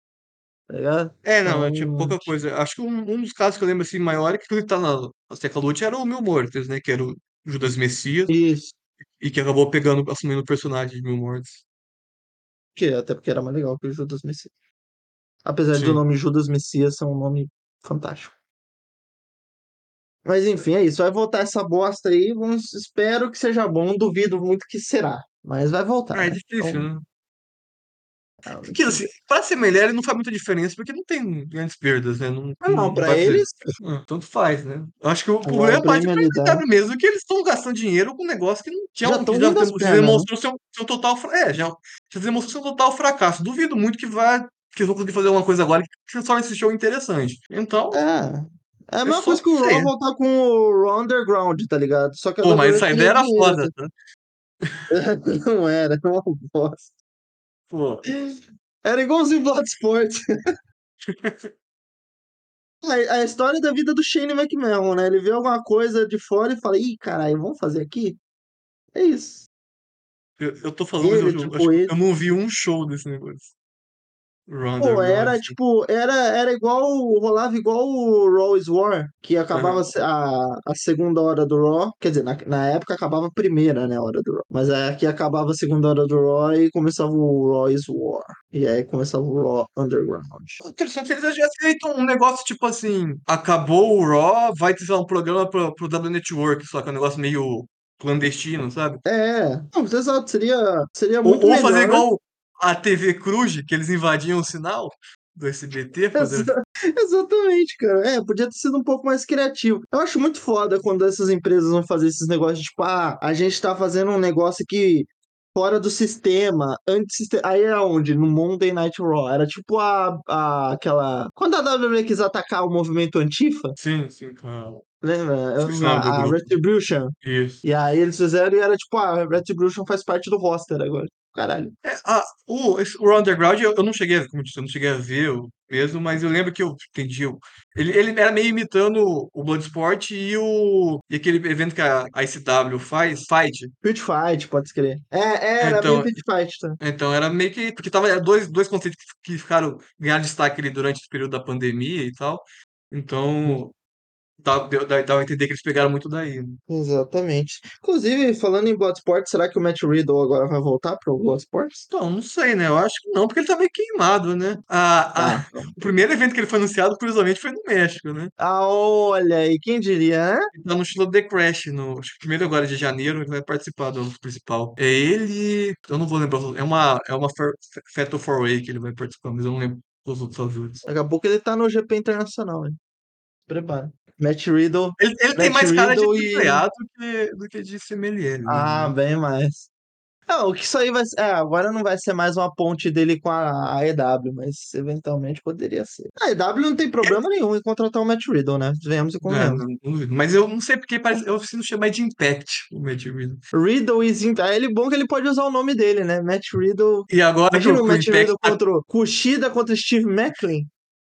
Tá ligado? É, não, é tipo Então. pouca coisa. Acho que um, um dos casos que eu lembro assim maior é que ele tá na Azteca Lute era o Mil Mortes, né? Que era o Judas Messias, Isso. e que acabou pegando, assumindo o personagem de Mil Mortes. Que, até porque era mais legal que o Judas Messias. Apesar do Sim. nome Judas Messias ser um nome fantástico. Mas enfim, é isso. Vai voltar essa bosta aí. Vamos, espero que seja bom. Duvido muito que será. Mas vai voltar, Ah, é né? difícil, Então, né? ah, Porque, vamos assim, ver. pra ser melhor, ele não faz muita diferença, porque não tem grandes perdas, né? Não, Ah, não não, não pra vai fazer. eles, Ah, tanto faz, né? Eu acho que o agora problema pra parte pra M L W, M L W mesmo, que eles estão gastando dinheiro com um negócio que não tinha já um, que estão já, rindo tem- das já pernas, né? demonstrou ser um, ser um total. fra- É, já, já demonstrou ser um total fracasso. Duvido muito que vai. Que eles vão conseguir fazer alguma coisa agora que transforme esse show interessante. Então, É. É a é mesma só coisa que o Raw ser. voltar com o Raw Underground, tá ligado? Só que Pô, agora mas vai essa querer ideia era dinheiro, foda, tá? tá? Não era, não era uma bosta. Pô. Era igualzinho Bloodsport. A, a história da vida do Shane McMahon, né? Ele vê alguma coisa de fora e fala, ih, caralho, vamos fazer aqui? É isso. Eu, eu tô falando, mas eu, Ele, eu acho tipo, que ele. eu não vi um show desse negócio. Pô, Underground, era assim. tipo, era, era igual, rolava igual o Raw is War, que acabava se- a, a segunda hora do Raw, quer dizer, na, na época acabava a primeira, né, hora do Raw, mas aí aqui acabava a segunda hora do Raw e começava o Raw is War, e aí começava o Raw Underground. Interessante se eles tivessem feito um negócio tipo assim: acabou o Raw, vai ter sei lá, um programa pro, pro W Network, só que é um negócio meio clandestino, sabe? É, não, exato, seria, seria Ou, muito ou fazer melhor. igual a T V Cruz, que eles invadiam o sinal do S B T. Fazer... Exa- Exatamente, cara. É, podia ter sido um pouco mais criativo. Eu acho muito foda quando essas empresas vão fazer esses negócios de tipo, ah, a gente tá fazendo um negócio que fora do sistema, antissistema. Aí era onde? No Monday Night Raw. Era tipo a, a aquela. Quando a W W E quis atacar o movimento Antifa, Sim, sim, claro. lembra? Esqueci o nome do A, a grupo. Retribution. Isso. E aí eles fizeram e era tipo, ah, a Retribution faz parte do roster agora. Caralho. É, a, o, esse, o Raw Underground eu, eu não cheguei, a- como eu disse, eu não cheguei a ver o mesmo, mas eu lembro que eu entendi. o- Ele, ele era meio imitando o Bloodsport e o e aquele evento que a, a I C W faz, Fight. Pit Fight, pode escrever. É, era bem Então, Pit Fight, tá? então era meio que. Porque tava era dois, dois conceitos que, que ficaram, ganharam destaque ali durante esse período da pandemia e tal. Então, dá, deu- dá, dá a entender que eles pegaram muito daí, né? Exatamente. Inclusive, falando em Bloodsport, será que o Matt Riddle agora vai voltar pro Bloodsport? Então, não sei, né? Eu acho que não, porque ele tá meio queimado, né? A, Ah, a- o primeiro evento que ele foi anunciado, curiosamente, foi no México, né? ah, olha aí, quem diria, né? Ele tá no estilo The Crash, no acho que primeiro agora de janeiro, ele vai participar do principal. É ele. Eu não vou lembrar. É uma, é uma Fa- Fatal four Way que ele vai participar, mas eu não lembro os outros ajudas. Daqui a pouco ele tá no G P Internacional, hein? Prepara. Matt Riddle. Ele, ele tem Matt mais cara de Riddle triple e. A do que, do que de C M L L, Ah, né? bem mais. Não, o que isso aí vai ser. É, agora não vai ser mais uma ponte dele com a, a E W, mas eventualmente poderia ser. A E W não tem problema nenhum em contratar o Matt Riddle, né? Venhamos e É, convenhamos. não- não duvido. Mas eu não sei porque parece, eu preciso chamar de Impact o Matt Riddle. Riddle e Zim. É ele bom que ele pode usar o nome dele, né? Matt Riddle. E agora que Imagina o, o que o Matt Impact Riddle tá, contra o Kushida contra o Steve Macklin.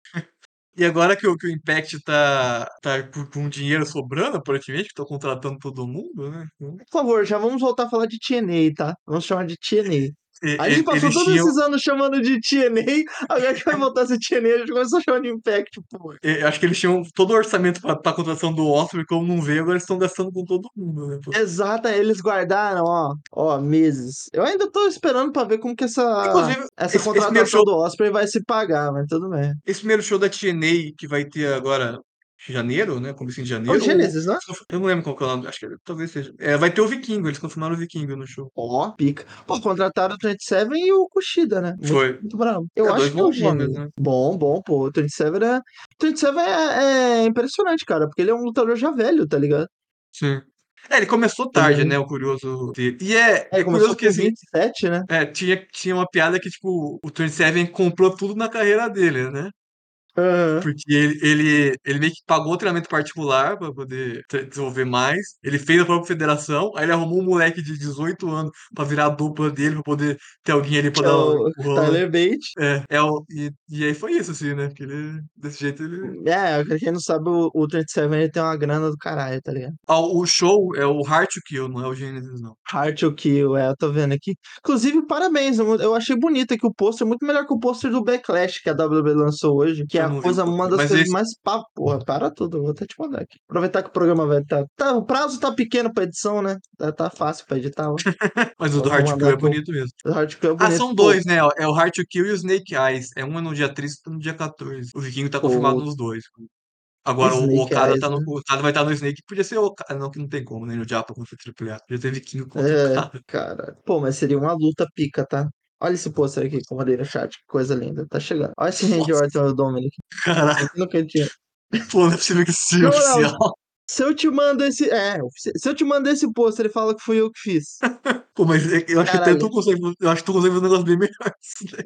e agora que o, que o Impact tá, tá com, com dinheiro sobrando, aparentemente, que estão contratando todo mundo, né? Então, Por favor, já vamos voltar a falar de T N A, tá? Vamos chamar de T N A. e- A gente e- passou eles todos tinham. esses anos chamando de T N A, agora que vai voltar a ser T N A, a gente começou a chamar de Impact, pô. e- Acho que eles tinham todo o orçamento para a contratação do Osprey, como não veio, agora eles estão gastando com todo mundo, né? Pô. Exata, eles guardaram, ó, ó, meses. Eu ainda tô esperando pra ver como que essa, Inclusive, essa esse, esse primeiro contratação show, do Osprey vai se pagar, mas tudo bem. esse primeiro show da T N A que vai ter agora em janeiro, né? Começo em É o janeiro, ou. Genesis, né? Eu não lembro qual que é o nome, acho que talvez seja. É, vai ter o Vikingo, eles confirmaram o Vikingo no show. Ó, pica. Pô, contrataram o trinta e sete e o Kushida, né? Muito, Foi. muito bravo. Eu É, acho dois que é o bons nomes, Genesis. né? Bom, bom, pô. O trinta e sete é. O trinta e sete é, é impressionante, cara, porque ele é um lutador já velho, tá ligado? Sim. É, ele começou tarde, Ele, né? O curioso dele. E é, é, ele é começou curioso que com assim, vinte e sete, né? é, tinha, tinha uma piada que, tipo, o trinta e sete comprou tudo na carreira dele, né? Aham. Porque ele, ele, ele meio que pagou treinamento particular para poder tre- desenvolver mais. Ele fez a própria federação, aí ele arrumou um moleque de dezoito anos para virar a dupla dele, para poder ter alguém ali para Que é dar um o empurrão, né? Tyler Bate. É, é o, e, e aí foi isso, assim, né? Porque ele, desse jeito, ele. É, pra quem não sabe, o, o trinta e sete ele tem uma grana do caralho, tá ligado? Ah, o show é o Hard to Kill, não é o Genesis, não. Hard to Kill, é, eu tô vendo aqui. Inclusive, parabéns, eu eu achei bonito aqui o pôster, muito melhor que o pôster do Backlash que a W W E lançou hoje, que é Eu a não vi o coisa, uma poder. das Mas coisas esse. mais pá, porra, para tudo, eu vou até te mandar aqui. Aproveitar que o programa vai estar, tá, o prazo tá pequeno pra edição, né? Tá, tá fácil pra editar, ó. Mas o do Eu vou Hard to Kill mandar é aqui o bonito mesmo. o Hard to Kill é Ah, bonito, são pô. dois, né? É o Hard to Kill e o Snake Eyes. É um é no dia treze e outro no dia quatorze. O Vikingo tá confirmado O nos dois. Agora o Snake Okada Eyes, tá no. né? O Okada vai estar no Snake. Podia ser o Okada. Não, que não tem como, né? No Japa contra o Triple A. Podia ter Vikingo contra o É, Okada. cara. Pô, mas seria uma luta pica, tá? Olha esse pôster aqui com madeira chat, que coisa linda. Tá chegando. Olha esse Randy Nossa, Orton e o Dominic. caralho. Aqui no cantinho. Pô, não é possível que isso seja Na moral, oficial. se eu te mando esse. É, ofici- se eu te mando esse pôster, ele fala que fui eu que fiz. Pô, mas é que eu acho que até tu Caralho. consegue. Eu acho que tu consegue fazer um negócio bem melhor que isso daí.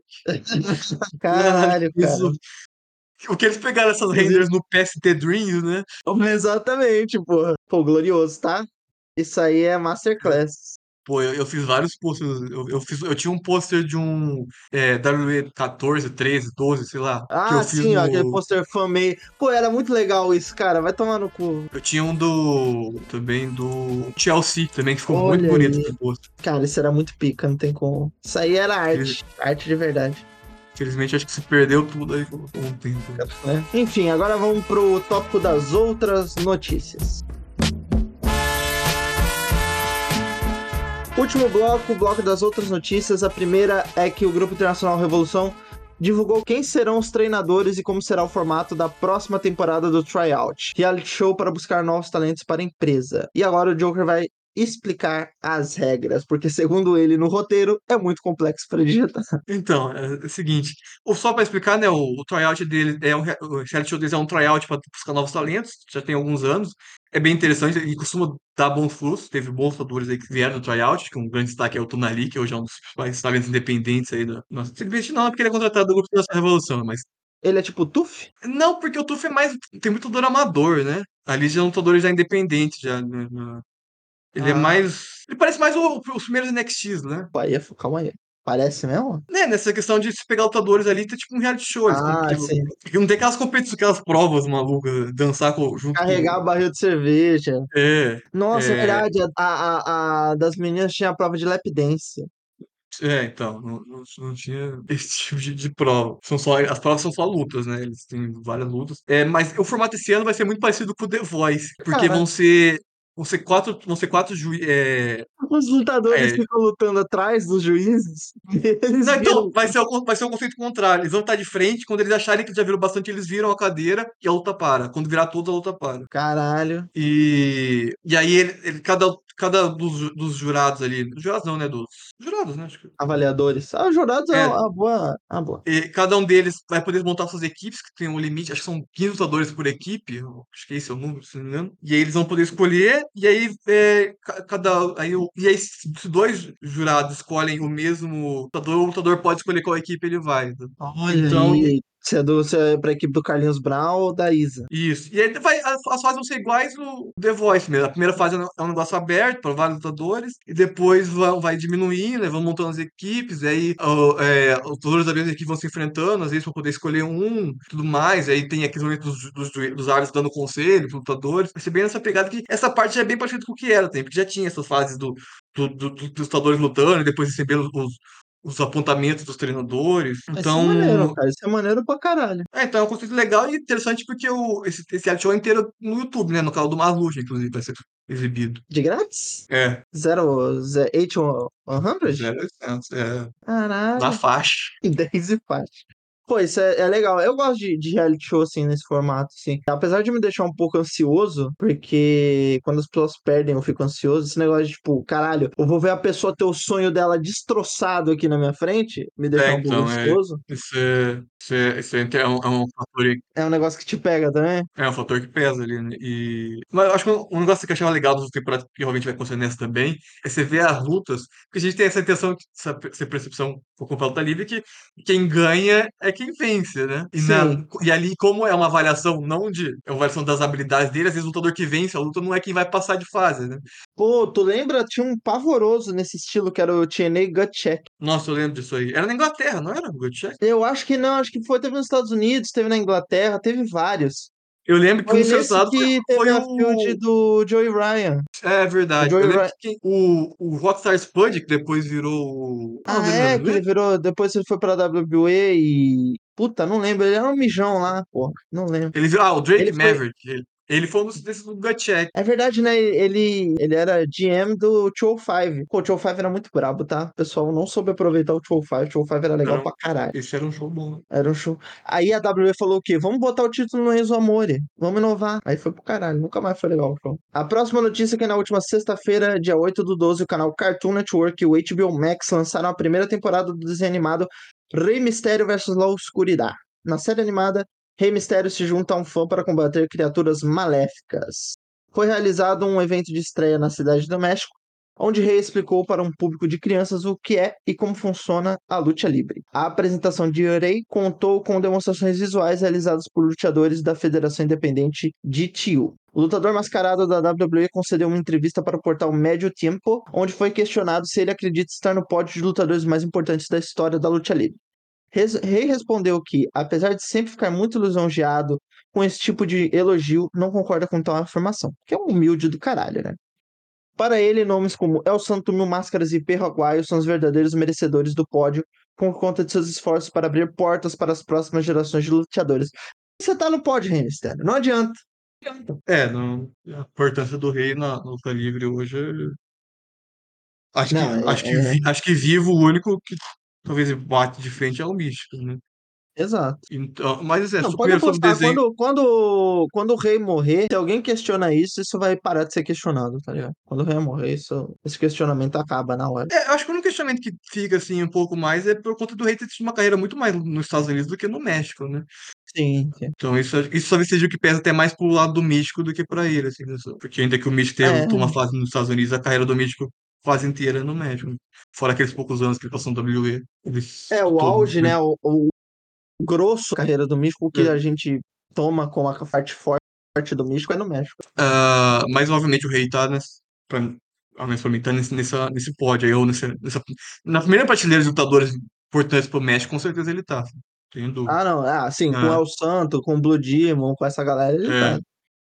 Caralho, Caralho, cara. isso. O que eles pegaram essas Inclusive, renders no P S T Dreams, né? exatamente, porra. Pô, glorioso, tá? Isso aí é Masterclass. Pô, eu, eu fiz vários posters. Eu, eu, fiz, eu tinha um pôster de um é, W W E quatorze, treze, doze, sei lá, que eu Ah, fiz sim, ó, aquele no. pôster fan-made. Pô, era muito legal isso, cara. Vai tomar no cu. Eu tinha um do. Também do Chelsea, também, que ficou muito Olha bonito aí. esse pôster. Cara, isso era muito pica, não tem como. Isso aí era Infeliz- arte. Arte de verdade. Infelizmente, acho que se perdeu tudo aí com com o tempo. Né? Enfim, agora vamos pro tópico das outras notícias. Último bloco, o bloco das outras notícias. A primeira é que o Grupo Internacional Revolução divulgou quem serão os treinadores e como será o formato da próxima temporada do Tryout, reality show para buscar novos talentos para a empresa. E agora o Joker vai explicar as regras, porque segundo ele no roteiro é muito complexo para digitar. Então, é, é o seguinte, ou só para explicar, né, o, o tryout dele é um, re- o reality show deles é um tryout para buscar novos talentos, já tem alguns anos, é bem interessante e costuma dar bons frutos, teve bons lutadores aí que vieram do tryout, que um grande destaque é o Tonali, que hoje é um dos principais talentos independentes aí da nossa, simplesmente não é porque ele é contratado do grupo da Revolução, mas Ele é tipo Tuf? não, porque o Tuf é mais, tem muito lutador amador, né, ali já é um lutador já independente, já, né, né. Ele é Ah, mais, ele parece mais o- os primeiros N X T, né? pô, aí, é- calma aí. Parece mesmo? Né, nessa questão de se pegar lutadores ali, tá tipo um reality show. Eles, com- Ah, tipo, sim. não tem aquelas competições, aquelas provas malucas, dançar com- junto Carregar com. o barril de cerveja. É, Nossa, é é, verdade. A, a, a das meninas tinha a prova de lap dance. é, então, não, não, não tinha esse tipo de, de prova. São só, as provas são só lutas, né? Eles têm várias lutas. É, mas o formato esse ano vai ser muito parecido com o The Voice, porque Cara, vão ser, vão ser quatro, vão ser quatro juízes. É, os lutadores é, ficam lutando atrás dos juízes. Eles não, então, viram. vai ser, o, con- vai ser o conceito contrário. Eles vão estar de frente, quando eles acharem que já viram bastante, eles viram a cadeira e a luta para. Quando virar toda, a luta para. Caralho. E, e aí ele, ele- cada, cada dos, dos jurados ali. Jurados não, né? Dos jurados, né? Acho que. Avaliadores. Ah, os jurados é É, uma boa. Ah, boa. e cada um deles vai poder montar suas equipes, que tem um limite, acho que são quinze lutadores por equipe, eu acho que esse é o número, se não me engano. E aí eles vão poder escolher, e aí é, ca- cada. Aí, o- e aí, se se dois jurados escolhem o mesmo lutador, o lutador pode escolher qual equipe ele vai. Né? Olha Então, aí. Você é, do, você é pra equipe do Carlinhos Brown ou da Isa? isso. E aí vai, as, as fases vão ser iguais no The Voice mesmo. A primeira fase é um é um negócio aberto para vários lutadores, e depois vão, vai diminuindo, né, vão montando as equipes, e aí ó, é, os lutadores da mesma equipe vão se enfrentando, às vezes para poder escolher um, tudo mais. Aí tem aqueles momentos dos, dos, jue- dos árbitros dando conselho para lutadores. Vai ser bem nessa pegada que essa parte já é bem parecida com o que era, tem, porque já tinha essas fases do, do, do- do- dos lutadores lutando, e depois recebendo os, os apontamentos dos treinadores. Isso é maneiro, Então, cara. Isso é maneiro pra caralho. é, então é um conceito legal e interessante porque o, esse, esse reality show é inteiro no YouTube, né? No canal do Marluxo, inclusive, vai ser exibido. De grátis? É, Zero, ze- eight one hundred? zero oitocentos, é, na Caralho. faixa. dez e faixa. Pô, isso é, é legal. Eu gosto de, de reality show, assim, nesse formato, assim. Apesar de me deixar um pouco ansioso, porque quando as pessoas perdem eu fico ansioso, esse negócio de, tipo, caralho, eu vou ver a pessoa ter o sonho dela destroçado aqui na minha frente, me É, deixar um pouco então, é, ansioso. isso é, isso é, isso é, inte- é um, é um fator, É um negócio que te pega também. é um fator que pesa ali, né? E, mas eu acho que um um negócio que eu achava legal das temporadas, que realmente vai acontecer nessa também, é você ver as lutas, porque a gente tem essa intenção, essa, essa percepção com o luta livre, que quem ganha é quem vence, né? E, na, Sim. e ali, como é uma avaliação não de, é uma avaliação das habilidades dele, às vezes o lutador que vence a luta não é quem vai passar de fase, né? Pô, tu lembra? Tinha um pavoroso nesse estilo que era o T N A Gut Check. Nossa, eu lembro disso aí. Era na Inglaterra, não era? Good Check? Eu acho que não, acho que foi, teve nos Estados Unidos, teve na Inglaterra, teve vários. Eu lembro que um Foi dos nesse selecionados foi, que teve foi a field o. do Joey Ryan. É O verdade. Eu Joey lembro Ryan. que quem- o, o Rockstar Spud, que depois virou o. Qual é o Ah, nome dele na é, que ele W W E? virou. Depois ele foi pra W W E e. Puta, não lembro. Ele era um mijão lá, pô. Não lembro. Ele virou. Ah, o Ele Drake foi. Maverick. Ele, ele foi um dos- desses do Gut Check. É verdade, né? Ele, ele era G M do dois cento e cinco. Pô, o dois cento e cinco era muito brabo, tá? O pessoal não soube aproveitar o dois cento e cinco. O dois cento e cinco era legal Era um- pra caralho. esse era um show bom, né? Era um show. Aí a W W E falou o quê? Vamos botar o título no Enzo Amore. Vamos inovar. Aí foi pro caralho. Nunca mais foi legal o show. A próxima notícia é que na última sexta-feira, dia oito do doze, o canal Cartoon Network e o H B O Max lançaram a primeira temporada do desenho animado Rei Mistério versus La Oscuridad. Na série animada, Rei Mistério se junta a um fã para combater criaturas maléficas. Foi realizado um evento de estreia na cidade do México, onde Rei explicou para um público de crianças o que é e como funciona a luta livre. A apresentação de Rei contou com demonstrações visuais realizadas por lutadores da Federação Independente de T U. O lutador mascarado da W W E concedeu uma entrevista para o portal Medio Tiempo, onde foi questionado se ele acredita estar no pódio de lutadores mais importantes da história da luta livre. Res- Rei respondeu que, apesar de sempre ficar muito lisonjeado com esse tipo de elogio, não concorda com tal afirmação, que é um humilde do caralho, né? Para ele, nomes como El Santo Mil Máscaras e Perro Aguayo são os verdadeiros merecedores do pódio, por conta de seus esforços para abrir portas para as próximas gerações de lutadores. Você tá no pódio, Rei Mysterio. Não adianta. Não adianta. É, não, a importância do rei na, na luta livre hoje. é- Acho que, Não, é, acho que, é- vi- acho que vivo o único que talvez bate de frente é o Místico, né? exato. Então, mas é, Não, so- pode primeiro sobre o apostar. desenho. Quando, quando, quando o rei morrer, se alguém questiona isso, isso vai parar de ser questionado, tá ligado? Quando o rei morrer, isso, esse questionamento acaba na hora. É, eu acho que o único questionamento que fica assim um pouco mais é por conta do rei ter tido uma carreira muito mais nos Estados Unidos do que no México, né? Sim, sim. Então isso, isso talvez seja o que pesa até mais pro lado do místico do que pra ele, assim, né? Porque ainda que o místico tenha É, lutou uma fase nos Estados Unidos, a carreira do místico quase inteira é no México. Né? Fora aqueles poucos anos que ele passou no W W E. Ele é o todo. auge, né? O, o grosso da carreira do Místico, o que a É. gente toma como a parte forte do Místico é no México. Ah, mas obviamente o rei tá nesse, pra, ao menos pra mim, tá nesse, nessa, nesse pódio aí, ou nessa, nessa, na primeira prateleira de lutadores importantes pro México, com certeza ele tá. Sem dúvida. Ah, não. Ah, sim, com o Ah, El Santo, com o Blue Demon, com essa galera, ele tá. é.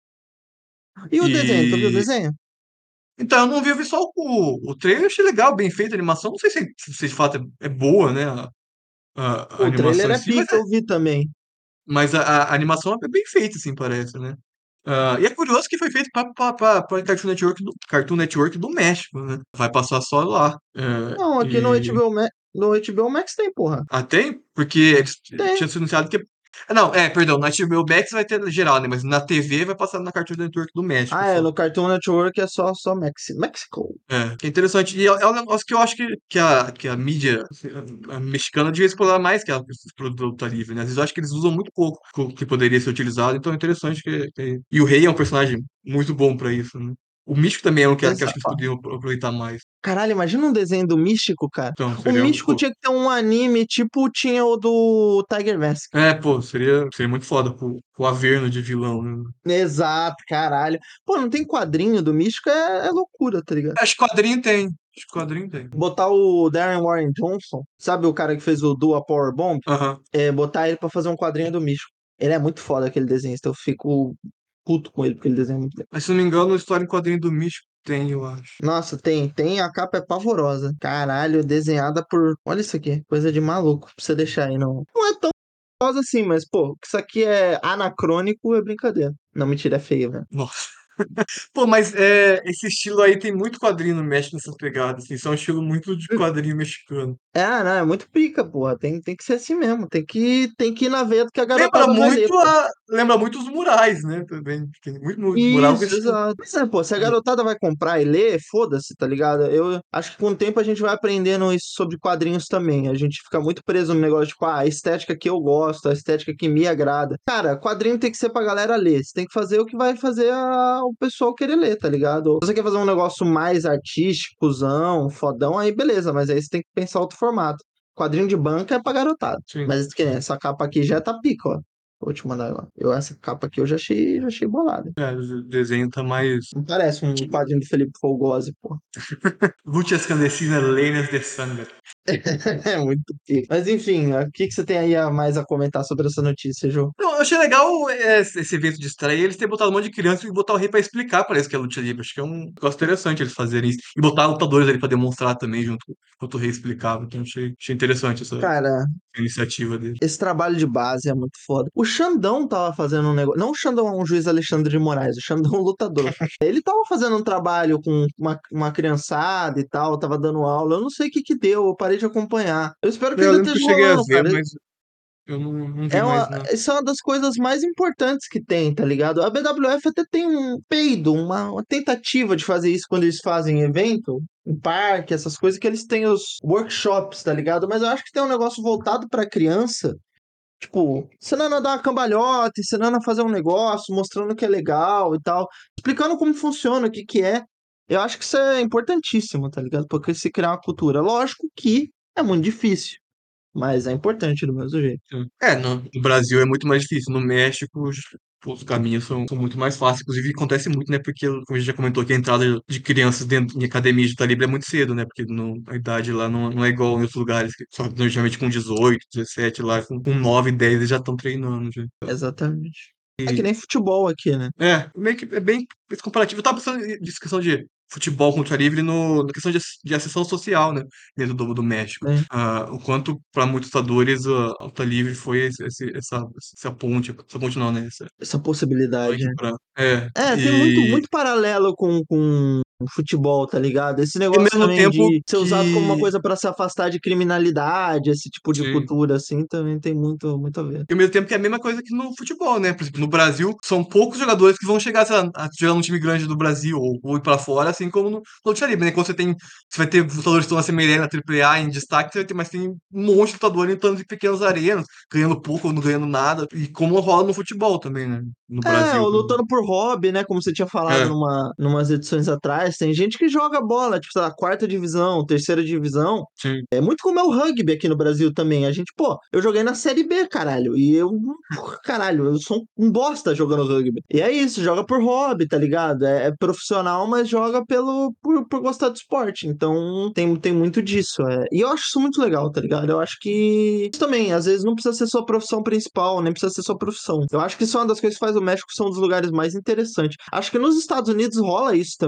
E o desenho? Tu viu o E desenho? então, eu não vi, eu vi só o, o trailer, eu achei legal, bem feito a animação. Não sei se, se de fato é, é boa, né, a, a- a O trailer animação em é si, mas, pica, é- eu vi também. mas a, a animação é bem feita, assim, parece, né? Ah, e é curioso que foi feito para Cartoon Network, do, Cartoon Network do México, né? Vai passar só lá. É, Não, aqui no e H B O, Ma- no H B O Max tem, porra. até porque eles Tem. tinham sido anunciado que Não, é, perdão, na H B O Max vai ter geral, né? Mas na T V vai passar na Cartoon Network do México Ah, é, só. no Cartoon Network é só, só Mexi Mexico. É, que é interessante. E é, é um negócio que eu acho que, que, a, que a mídia assim, a, a mexicana devia explorar mais que a, esses produtos da livre, né? Às vezes eu acho que eles usam muito pouco o que poderia ser utilizado, então é interessante que, que- E o Rei é um personagem muito bom pra isso, né? O Místico também é um que, que eu acho que eles Exato. poderiam aproveitar mais. Caralho, imagina um desenho do Místico, cara. Então, O seria um. Místico Pô, tinha que ter um anime tipo tinha o do Tiger Mask. é, pô, seria, seria muito foda pro, pro Averno de vilão, né? Exato, caralho. Pô, não tem quadrinho do Místico, é, é loucura, tá ligado? Acho que quadrinho tem. Acho que quadrinho tem. Botar o Darren Warren Johnson, sabe o cara que fez o Dual Power Bomb? Aham. É, botar ele pra fazer um quadrinho do Místico. Ele é muito foda aquele desenhista, eu fico puto com ele, porque ele desenha muito bem. Mas se não me engano, a história em quadrinho do Místico tem, eu acho. Nossa, tem, tem, a capa é pavorosa. Caralho, desenhada por. Olha isso aqui, coisa de maluco, pra você deixar aí. Não, não é tão pavorosa assim, mas, pô, que isso aqui é anacrônico, é brincadeira. Não, mentira, é feio, velho. Nossa. Pô, mas é, esse estilo aí tem muito quadrinho no México nessas pegadas, assim. Isso é um estilo muito de quadrinho mexicano. É, não, é muito pica, porra. Tem, tem que ser assim mesmo. Tem que, tem que ir na veia do que a Lembra garotada vai ler, muito pô. a, lembra muito os murais, né? Também. Tem muito mu- mural que é Isso, tipo. exato. Mas é, pô, se a garotada vai comprar e ler, foda-se, tá ligado? Eu acho que com o tempo a gente vai aprendendo isso sobre quadrinhos também. A gente fica muito preso no negócio, tipo, ah, a estética que eu gosto, a estética que me agrada. Cara, quadrinho tem que ser pra galera ler. Você tem que fazer o que vai fazer a- o pessoal querer ler, tá ligado? Se você quer fazer um negócio mais artísticozão, fodão, aí beleza, mas aí você tem que pensar outro formato. Quadrinho de banca é pra garotada. Sim. Mas que nem essa capa aqui já tá pica, ó. Vou te mandar lá. Eu, essa capa aqui eu já achei, já achei bolada. É, o desenho tá mais. Não parece um quadrinho do Felipe Folgose, pô. Luchas clandestinas, lenhas de sangue. É muito pico. Mas enfim, o que, que você tem aí a mais a comentar sobre essa notícia, João? Não, eu achei legal é, esse evento de estreia, eles terem botado um monte de criança e botar o rei pra explicar, parece que é luta livre. Acho que é um negócio interessante eles fazerem isso. E botar lutadores ali pra demonstrar também, junto enquanto o rei explicava. Então achei, achei interessante essa Cara, iniciativa dele. esse trabalho de base é muito foda. O Xandão tava fazendo um negócio. Não o Xandão é um juiz Alexandre de Moraes, o Xandão é um lutador. Ele tava fazendo um trabalho com uma, uma criançada e tal, tava dando aula. Eu não sei o que que deu, eu parei de acompanhar. Eu espero que Eu ainda lembro que eu esteja cheguei a rolando, ver, cara. mas eu não, não vi É mais uma, nada. isso é uma das coisas mais importantes que tem, tá ligado? A B W F até tem um peido, uma, uma tentativa de fazer isso quando eles fazem evento, em parque, essas coisas, que eles têm os workshops, tá ligado? Mas eu acho que tem um negócio voltado pra criança, tipo, ensinando a dar uma cambalhota, ensinando a fazer um negócio, mostrando que é legal e tal, explicando como funciona, o que que é. Eu acho que isso é importantíssimo, tá ligado? Porque se criar uma cultura. Lógico que é muito difícil, mas é importante do mesmo jeito. É, no, no Brasil é muito mais difícil. No México, os, os caminhos são, são muito mais fáceis. Inclusive, acontece muito, né? Porque, como a gente já comentou, que a entrada de crianças dentro em academia de luta livre é muito cedo, né? Porque no, a idade lá não, não é igual em outros lugares. Que só normalmente com dezoito, dezessete, lá com, com nove, dez eles já estão treinando. Já. Exatamente. É que E, nem futebol aqui, né? é, meio que é bem esse comparativo. Eu tava pensando de questão de futebol com luta livre no, na questão de, ass- de ascensão social, né? Dentro do, do México. É, Ah, o quanto, para muitos lutadores, a luta livre foi esse, esse- essa, essa ponte. Essa ponte não, né? Essa essa possibilidade. palanque É, pra. É. É, tem muito, E, muito paralelo com, com o futebol, tá ligado? Esse e ao negócio mesmo também tempo de ser usado como uma que. coisa pra se afastar de criminalidade, esse tipo de Sim. cultura, assim, também tem muito, muito a ver. E ao mesmo tempo que é a mesma coisa que no futebol, né? Por exemplo, no Brasil, são poucos jogadores que vão chegar, sei lá, a jogar num time grande do Brasil ou, ou ir pra fora, assim como no, no luta livre, né? Quando você tem, você vai ter lutadores que estão na Semelhante, na Triple A em destaque, você vai ter, mas tem um monte de lutadores lutando em pequenas arenas, ganhando pouco ou não ganhando nada, e como rola no futebol também, né? No É, Brasil ou também. lutando por hobby, né? Como você tinha falado É, numa, numas edições atrás, tem gente que joga bola, tipo, sei lá, quarta divisão, terceira divisão. sim. É muito como é o rugby aqui no Brasil também. A gente, pô, eu joguei na Série B, caralho. E eu, caralho, eu sou um bosta jogando rugby. E é isso, joga por hobby, tá ligado? É, é profissional, mas joga pelo, por, por gostar do esporte. Então tem, tem muito disso. É. E eu acho isso muito legal, tá ligado? Eu acho que isso também, às vezes, não precisa ser sua profissão principal, nem precisa ser sua profissão. Eu acho que isso é uma das coisas que faz o México ser um dos lugares mais interessantes. Acho que nos Estados Unidos rola isso também, mas é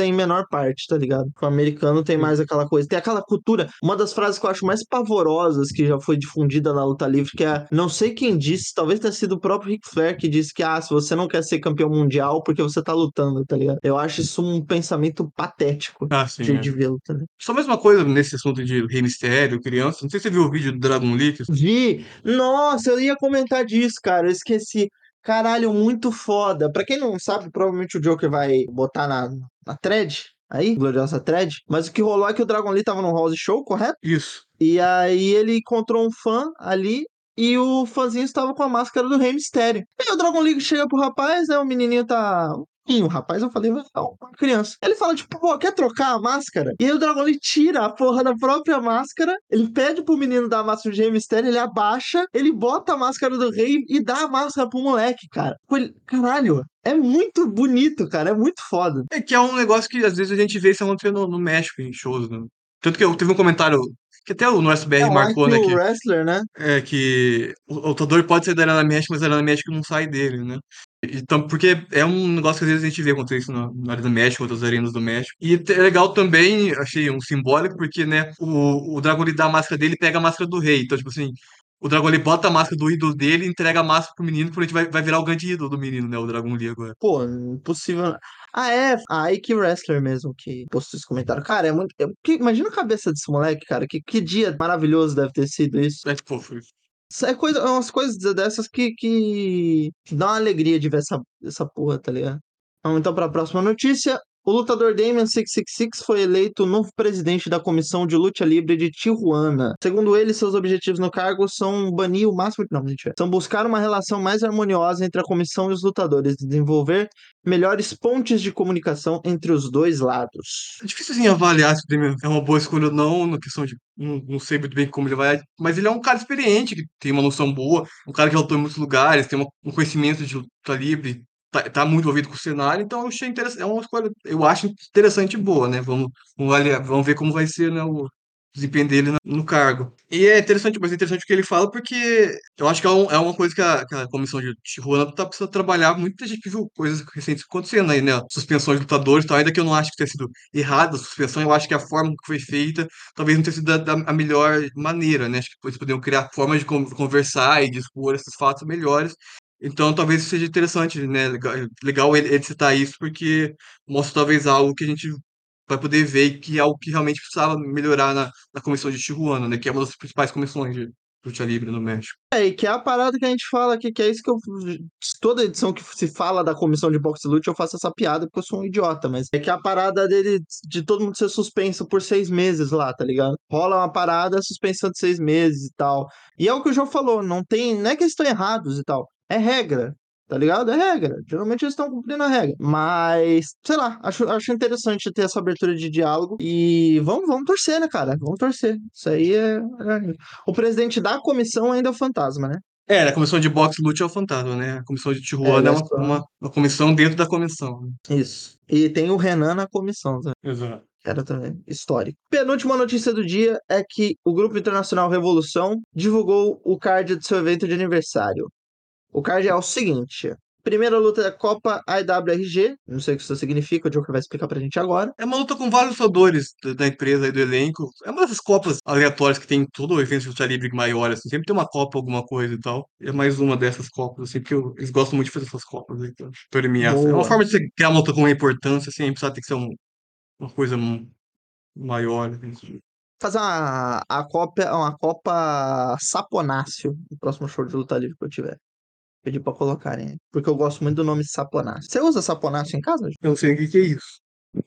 em menor parte, tá ligado? O americano tem mais aquela coisa, tem aquela cultura. Uma das frases que eu acho mais pavorosas que já foi difundida na luta livre, que é, não sei quem disse, talvez tenha sido o próprio Ric Flair que disse que, ah, se você não quer ser campeão mundial, porque você tá lutando, tá ligado? Eu acho isso um pensamento patético Ah, sim, de, é. de vê-lo, tá ligado? Só a mesma coisa nesse assunto de Rei Mistério, criança. Não sei se você viu o vídeo do Dragon League. Vi! Nossa, eu ia comentar disso, cara, eu esqueci. Caralho, muito foda. Pra quem não sabe, provavelmente o Joker vai botar na, na thread, aí, gloriosa thread, mas o que rolou é que o Dragon Lee tava no house show, correto? Isso. E aí ele encontrou um fã ali e o fãzinho estava com a máscara do Rei Mistério. E aí o Dragon League chega pro rapaz, né? O menininho tá. Ih, o rapaz, eu falei, é uma criança. Ele fala, tipo, pô, quer trocar a máscara? E aí o Dragon League tira a porra da própria máscara, ele pede pro menino dar a máscara do Rei Mistério, ele abaixa, ele bota a máscara do rei e dá a máscara pro moleque, cara. Pô, ele- Caralho, é muito bonito, cara, é muito foda. É que é um negócio que às vezes a gente vê isso acontecendo no, no México, em shows, né? Tanto que eu teve um comentário que até o nosso É B R um marcou, né? I Q Que, Wrestler, né? é, que o o lutador pode sair da Arena México, mas a Arena México não sai dele, né? Então, porque é um negócio que às vezes a gente vê acontecer isso na, na Arena do México, outras arenas do México. E é legal também, achei um simbólico, porque, né, o, o Dragon Lee dá a máscara dele e pega a máscara do rei. Então, tipo assim, o Dragon Lee bota a máscara do ídolo dele e entrega a máscara pro menino, porque vai, vai virar o grande ídolo do menino, né? O Dragon Lee agora. Pô, impossível. Ah, é, a Ike Wrestler mesmo que postou esse comentário. Cara, é muito. é- que- imagina a cabeça desse moleque, cara. Que, que dia maravilhoso deve ter sido isso. É tipo, foi- Isso é coisa, é umas coisas dessas que, que dá uma alegria de ver essa, essa porra, tá ligado? Vamos então para a próxima notícia. O lutador Damian seiscentos e sessenta e seis foi eleito o novo presidente da Comissão de Luta Livre de Tijuana. Segundo ele, seus objetivos no cargo são banir o máximo... Não, mentira. São buscar uma relação mais harmoniosa entre a comissão e os lutadores, desenvolver melhores pontes de comunicação entre os dois lados. é difícil assim avaliar se o Damian é uma boa escolha ou não, na questão de. Não, não sei muito bem como ele vai. Mas ele é um cara experiente, que tem uma noção boa, um cara que lutou em muitos lugares, tem uma- um conhecimento de luta livre, tá, tá muito envolvido com o cenário, então eu achei interessante. É uma escolha, eu acho interessante e boa, né? Vamos, vamos, avaliar- vamos ver como vai ser, né, o desempenho dele no, no cargo. E é interessante, mas é interessante o que ele fala, porque eu acho que é, um- é uma coisa que a, que a comissão de Tijuana tá precisando trabalhar. Muita gente viu coisas recentes acontecendo aí, né? Suspensões de lutadores e tal, ainda que eu não acho que tenha sido errada a suspensão, eu acho que a forma que foi feita talvez não tenha sido da, da- a melhor maneira, né? Acho que eles poderiam criar formas de con- conversar e de expor esses fatos melhores. Então, talvez seja interessante, né? Legal, legal ele, ele citar isso, porque mostra talvez algo que a gente vai poder ver que é algo que realmente precisava melhorar na, na comissão de Tijuana, né? Que é uma das principais comissões de luta livre no México. É, e que é a parada que a gente fala aqui, que é isso que eu. Toda edição que se fala da comissão de boxe e luta, eu faço essa piada porque eu sou um idiota, mas é que a parada dele, de todo mundo ser suspenso por seis meses lá, tá ligado? Rola uma parada, suspensão de seis meses e tal. E é o que o João falou, não tem. Não é que eles estão errados e tal, é regra. Tá ligado? É regra. Geralmente eles estão cumprindo a regra. Mas, sei lá, acho, acho interessante ter essa abertura de diálogo. E vamos, vamos torcer, né, cara? Vamos torcer. Isso aí é. é- O presidente da comissão ainda é o fantasma, né? É, a comissão de boxe e luta é o fantasma, né? A comissão de É, Tijuana ele é é uma, só. uma, uma comissão dentro da comissão, né? Isso. E tem o Renan na comissão, tá? Exato. Que era também histórico. Penúltima notícia do dia é que o Grupo Internacional Revolução divulgou o card do seu evento de aniversário. O card é o seguinte: primeira luta da Copa I W R G, não sei o que isso significa, o Joker vai explicar pra gente agora. É uma luta com vários lutadores da, da empresa e do elenco. É uma dessas copas aleatórias que tem em todo evento de luta livre maior, assim. Sempre tem uma copa, alguma coisa e tal. É mais uma dessas copas, assim, porque eu- eles gostam muito de fazer essas copas, né, então, premiar. É uma Boa. forma de você criar uma luta com uma importância, assim, precisa ter que ser um- uma coisa mu- maior, assim. Fazer uma, a Copa, uma Copa Saponácio no próximo show de luta livre que eu tiver. Pedir pra colocarem, porque eu gosto muito do nome Saponácio. Você usa Saponácio em casa? Eu não sei o que que é isso.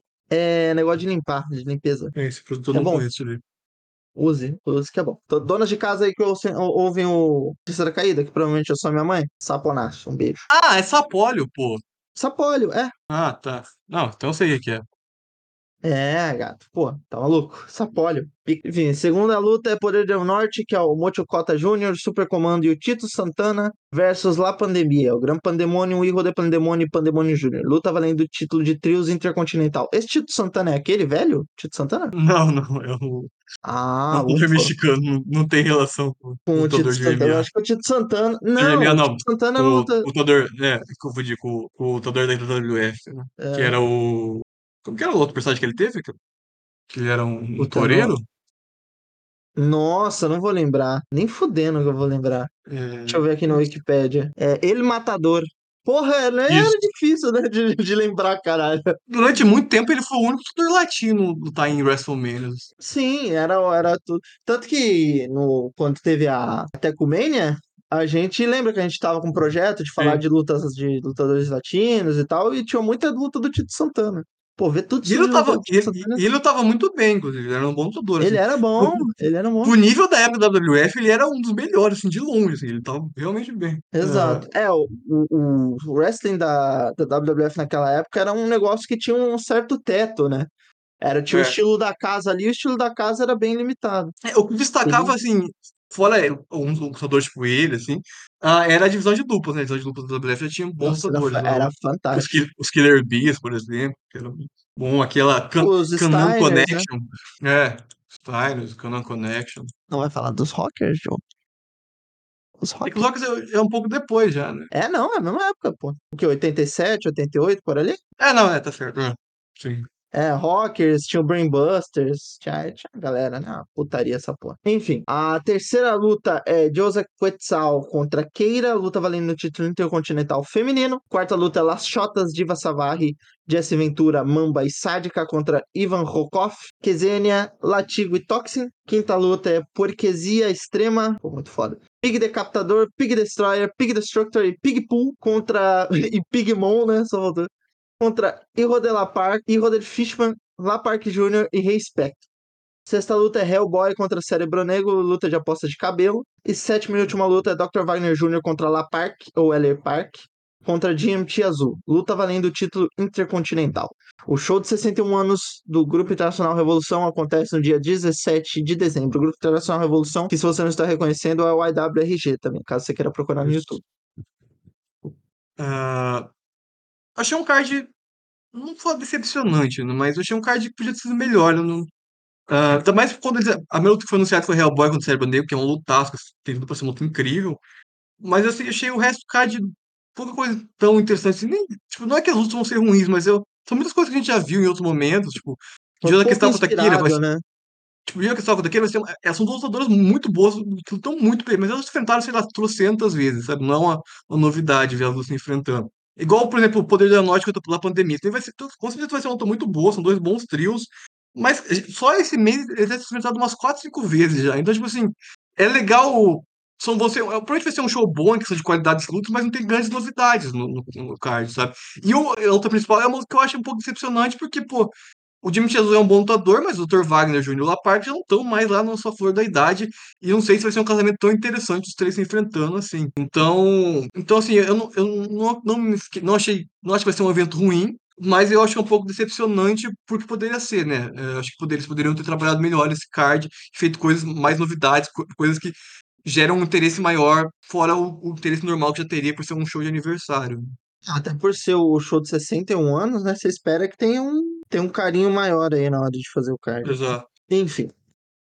É negócio de limpar, de limpeza. É, esse produto eu É não bom? conheço, né? Use, use que é bom. Tô- Donas de casa aí que ouçam- ou- ouvem o Terceira Caída, que provavelmente é só minha mãe. Saponácio, um beijo. Ah, é sapólio, pô. Sapólio, é. Ah, tá. Não, então eu sei o que é. É, gato. Pô, tá maluco? Sapólio. E, enfim, segunda luta é Poder do Norte, que é o Mochocota Júnior, Super Comando e o Tito Santana versus La Pandemia, o Gran Pandemônio, o Hijo de Pandemônio e Pandemônio Júnior. Luta valendo o título de trios intercontinental. Esse Tito Santana é aquele velho? Tito Santana? Não, não, é o é Ah, um lutador ufa. mexicano, não, não tem relação com o Com o Tito lutador de Santana. Eu M M A. acho que o Tito Santana. De Não, M M A o não, Tito Santana com não o luta. lutador, é, confundi com, com o lutador da W W F, né? Que É, era o Como que era o outro personagem que ele teve? Que, que ele era um, um Puta, não. toureiro? Nossa, não vou lembrar. Nem fudendo que eu vou lembrar. Deixa É, eu ver aqui no Wikipedia. É El Matador. Porra, não isso. era difícil, né, de, de lembrar, caralho. Durante muito tempo ele foi o único lutador latino a lutar em WrestleMania. Sim, era, era tudo. Tanto que no, quando teve a Tecumania, a gente lembra que a gente tava com um projeto de falar Sim. de lutas de lutadores latinos e tal, e tinha muita luta do Tito Santana. Pô, ver tudo E ele sobre luta lutava, do Tito ele, Santana. e ele lutava muito bem, inclusive. Ele era um bom lutador, Ele assim. era Pro, bom, ele era bom. pro nível da época da W W F, ele era um dos melhores, assim, de longe, assim. Ele tava realmente bem. Exato. É, É, o, o, o wrestling da, da W W F naquela época era um negócio que tinha um certo teto, né? Era, tinha o é. estilo da casa ali, e o estilo da casa era bem limitado. É, o que destacava, Ele, assim, fora um um lutador tipo ele, assim, ah, era a divisão de duplas, né? A divisão de duplas da W W F já tinha bons nossa, era, lutadores fa- lá. era Os, fantástico. Kill- os Killer Bees, por exemplo, que era bom. Aquela Can Os Canon Steiners, né? Connection. É, Stylus, Canon Connection. Não vai falar dos rockers, Joe. Os É que os rockers. Rockets é, é um pouco depois já, né? É, não, é a mesma época, pô. O que, oitenta e sete, oitenta e oito, por ali? É, não, é, tá certo. É, sim. É, Rockers, tinha o Brainbusters, tinha, tinha a galera, né? Uma putaria essa porra. Enfim, a terceira luta é Joseph Quetzal contra Keira, luta valendo o título intercontinental feminino. Quarta luta é Las Chotas, Diva Savage, Jesse Ventura, Mamba e Sádica contra Ivan Rokov, Kezenia, Latigo e Toxin. Quinta luta é Porquesia Extrema, pô, muito foda. Pig Decapitador, Pig Destroyer, Pig Destructor e Pig Pool contra. e Pigmon, né? Só voltou contra Hero de La Park, Hero de Fishman, La Park Júnior e Rei Spectre. Sexta luta é Hellboy contra Cérebro Negro, luta de aposta de cabelo. E sétima e última luta é doutor Wagner Júnior contra La Park, ou L A Park, contra G M T Azul. Luta valendo o título intercontinental. O show de sessenta e um anos do Grupo Internacional Revolução acontece no dia dezessete de dezembro. O Grupo Internacional Revolução, que se você não está reconhecendo, é o I W R G também, caso você queira procurar no Isso. YouTube. Ah, achei um card, não foi decepcionante, né, mas eu achei um card que podia ter sido melhor. Eu não, ah, ainda mais quando eles, a primeira luta que foi anunciada foi Hellboy contra o Cérebro Negro, que é um lutaço, que tem tudo pra ser uma luta incrível. Mas assim, achei o resto do card pouca coisa tão interessante. Assim, nem, tipo, não é que as lutas vão ser ruins, mas eu, são muitas coisas que a gente já viu em outros momentos. Tipo, Foi Dia da pouco Questão contra a Kira vai inspirado, ser. né? Tipo, Dia da Questão contra a Kira vai ser. uma- Elas são duas lutadoras muito boas, que lutam muito bem, mas elas se enfrentaram, sei lá, trocentas vezes, sabe? Não é uma, uma novidade ver elas se enfrentando. Igual, por exemplo, o Poder da Noite contra a Pandemia. Então, vai ser, com certeza vai ser uma luta muito boa, são dois bons trios. Mas só esse mês eles devem se enfrentado umas quatro, cinco vezes já. Então, tipo assim, é legal. São você, provavelmente vai ser um show bom em questão de qualidade de luta, mas não tem grandes novidades no, no, no card, sabe? E o, a luta principal é uma luta que eu acho um pouco decepcionante, porque, pô, o Jimmy Jesus é um bom lutador, mas o doutor Wagner Júnior e o Laparque já não estão mais lá na sua flor da idade. E não sei se vai ser um casamento tão interessante os três se enfrentando assim. Então, então assim, eu não, eu não, não, me fiquei- não achei, não acho que vai ser um evento ruim, mas eu acho que é um pouco decepcionante porque poderia ser, né? Eu acho que poderia, eles poderiam ter trabalhado melhor esse card, feito coisas mais novidades, co- coisas que geram um interesse maior, fora o, o interesse normal que já teria por ser um show de aniversário. Até por ser o show de sessenta e um anos, né? Você espera que tenha um, tenha um carinho maior aí na hora de fazer o card. Exato. Enfim.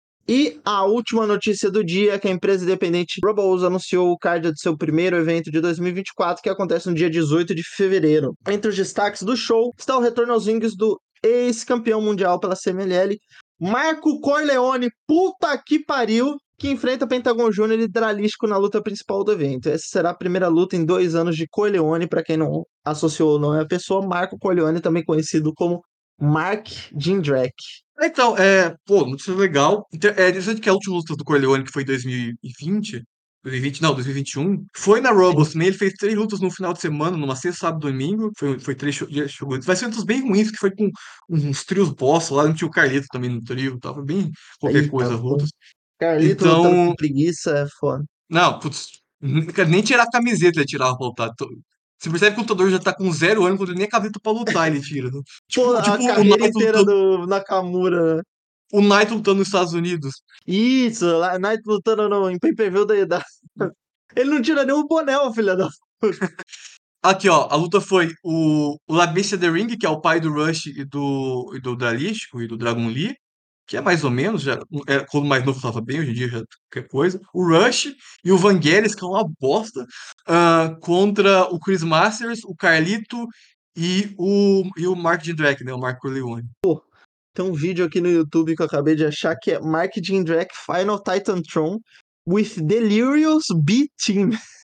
E a última notícia do dia é que a empresa independente Rubbles anunciou o card do seu primeiro evento de dois mil e vinte e quatro, que acontece no dia dezoito de fevereiro. Entre os destaques do show está o retorno aos rings do ex-campeão mundial pela C M L L, Marco Corleone, puta que pariu, que enfrenta Pentagon Júnior e Dralístico na luta principal do evento. Essa será a primeira luta em dois anos de Corleone, para quem não associou ou não é a pessoa, Marco Corleone, também conhecido como Mark Jindrak. Então, é, pô, notícia legal. Inter- É interessante que a última luta do Corleone, que foi em dois mil e vinte, dois mil e vinte, não, dois mil e vinte e um, foi na Rumble também. Ele fez três lutas no final de semana, numa sexta, sábado e domingo. Foi, foi três show- dias de show. Vai ser lutas bem ruins, que foi com uns trios boss lá, não tinha o Carlito também no trio, tava bem qualquer Eita, coisa, pô. lutas. Carlito lutando com Então, preguiça é foda. não, putz, não quero nem tirar a camiseta ele tirava pra lutar. Tô- Você percebe que o lutador já tá com zero anos, quando ele nem a camiseta pra lutar ele tira, né? Pô, Tipo, a tipo o carreira Naito inteira lutando, do Nakamura, né? o Naito lutando nos Estados Unidos. Isso, lá, Knight lutando no, em pay-per-view da, da... Ele não tira nem o boné, ô filha da puta. Aqui, ó, a luta foi o, o La Bestia The Ring, que é o pai do Rush e do, e do Dralístico e do Dragon Lee, que é mais ou menos, já, é, quando mais novo tava bem, hoje em dia já é qualquer coisa. O Rush e o Vangelis, que é uma bosta, ah, contra o Chris Masters, o Carlito e o, e o Mark Jindrak, né? O Mark Corleone. Tem um vídeo aqui no YouTube que eu acabei de achar que é Mark Jindrak Final Titantron with Delirious B-Team.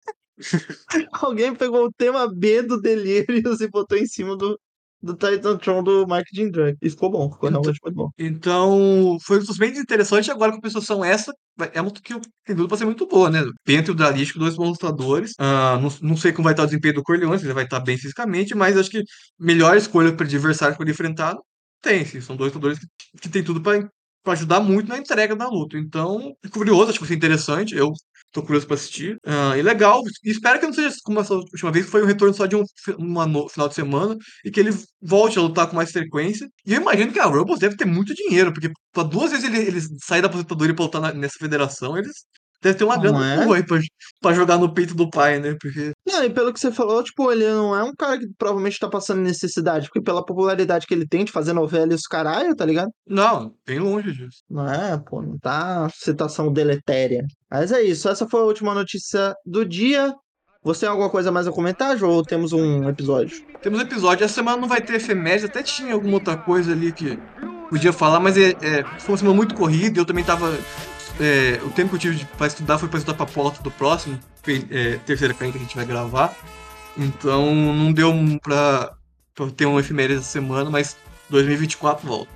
Alguém pegou o tema B do Delirious e botou em cima do, do Titantron do Mark Jindrak. E ficou bom, ficou Então, realmente muito bom. então foi bem interessante. Agora, com a construção essa, vai- é uma que tem tudo pra ser muito boa, né? Bento e o Dralístico, dois bons lutadores. Ah, não, não sei como vai estar o desempenho do Corleone, se ele vai estar bem fisicamente, mas acho que melhor escolha para adversário para ele enfrentar tem, sim. São dois lutadores que, que tem tudo para ajudar muito na entrega da luta. Então, é curioso, acho que vai ser interessante. Eu tô curioso para assistir. Ah, e legal, e espero que não seja como essa última vez, que foi um retorno só de um fi- uma no- final de semana e que ele volte a lutar com mais frequência. E eu imagino que a Rubles deve ter muito dinheiro, porque pra duas vezes ele, ele sair da aposentadoria pra lutar na- nessa federação, eles devem ter uma Não grana é? boa aí pra, pra jogar no peito do pai, né? Porque, Não, e pelo que você falou, tipo, ele não é um cara que provavelmente tá passando necessidade, porque pela popularidade que ele tem de fazer novela e os caralho, tá ligado? não, bem longe disso. Não é, pô, não tá citação deletéria. Mas é isso, essa foi a última notícia do dia. Você tem alguma coisa mais a comentar, João, ou temos um episódio? Temos episódio, essa semana não vai ter efeméride, até tinha alguma outra coisa ali que podia falar, mas é, é, foi uma semana muito corrida, eu também tava. É, o tempo que eu tive de- pra estudar foi pra estudar pra pauta do próximo, fe- é, terceira carinha que a gente vai gravar. Então não deu pra, pra ter um efeméride essa semana, mas dois mil e vinte e quatro volta.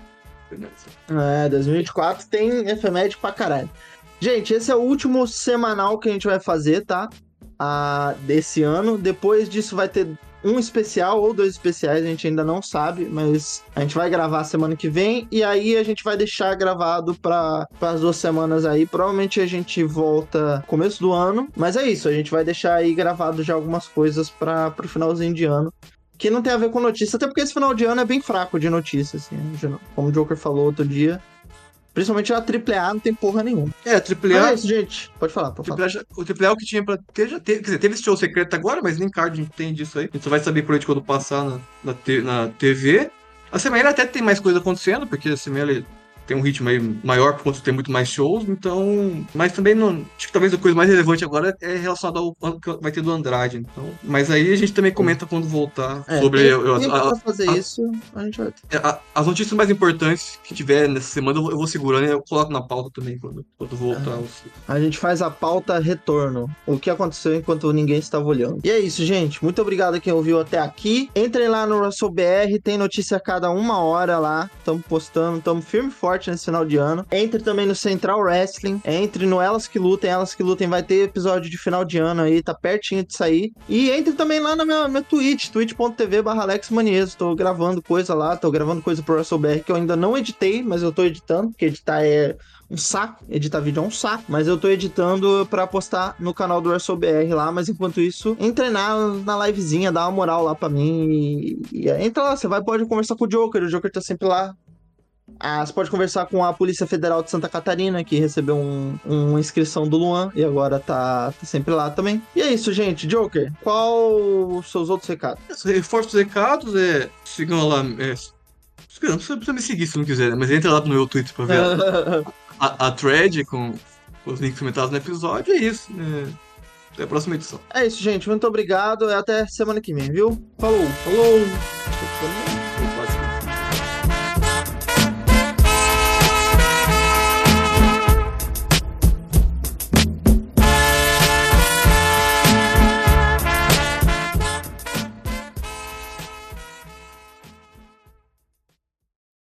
É, dois mil e vinte e quatro tem efeméride pra caralho. Gente, esse é o último semanal que a gente vai fazer, tá? Ah, desse ano. Depois disso vai ter um especial ou dois especiais, a gente ainda não sabe, mas a gente vai gravar semana que vem e aí a gente vai deixar gravado para as duas semanas aí. Provavelmente a gente volta começo do ano, mas é isso, a gente vai deixar aí gravado já algumas coisas para o finalzinho de ano. Que não tem a ver com notícia, até porque esse final de ano é bem fraco de notícia, assim. Como o Joker falou outro dia. Principalmente a Triple A não tem porra nenhuma. É, Triple Mas A. é isso, gente. Pode falar, pode falar. Triple A já- o Triple A é o que tinha pra ter, já teve. Quer dizer, teve esse show secreto agora, mas nem card a gente tem disso aí. A gente só vai saber por onde quando passar na, na, T- na T V. A C M L até tem mais coisa acontecendo, porque a C M L tem um ritmo aí maior por conta de ter muito mais shows, então. Mas também não. Acho que talvez a coisa mais relevante agora é relacionada ao ano que vai ter do Andrade. Então. Mas aí a gente também comenta quando voltar É, sobre. tem- eu- eu- tem a- pra fazer a- isso, a gente vai ter. é, a- as notícias mais importantes que tiver nessa semana eu vou, eu vou segurando e eu coloco na pauta também quando, quando voltar. os- A gente faz a pauta retorno. O que aconteceu enquanto ninguém estava olhando. E é isso, gente. Muito obrigado a quem ouviu até aqui. Entrem lá no RussellBR, tem notícia a cada uma hora lá. Estamos postando, estamos firme e forte nesse final de ano. Entre também no Central Wrestling. Entre no Elas Que Lutem. Elas Que Lutem vai ter episódio de final de ano aí, tá pertinho de sair. E entre também lá na minha, minha Twitch, twitch ponto tv barra Alex Manieso. Tô gravando coisa lá, tô gravando coisa pro RussellBR que eu ainda não editei, mas eu tô editando, porque editar é um saco, editar vídeo é um saco, mas eu tô editando pra postar no canal do RussellBR lá, mas enquanto isso, entre na, na livezinha, dá uma moral lá pra mim e, e entra lá, você vai, pode conversar com o Joker, o Joker tá sempre lá. Ah, você pode conversar com a Polícia Federal de Santa Catarina, que recebeu um, uma inscrição do Luan e agora tá, tá sempre lá também. E é isso, gente. Joker, qual os seus outros recados? Reforço os recados, é. Sigam lá. É, não precisa me seguir se não quiser, né? Mas entra lá no meu Twitter pra ver a, a, a thread com, com os links comentados no episódio. É isso. É, até a próxima edição. É isso, gente. Muito obrigado e até semana que vem, viu? Falou! Falou!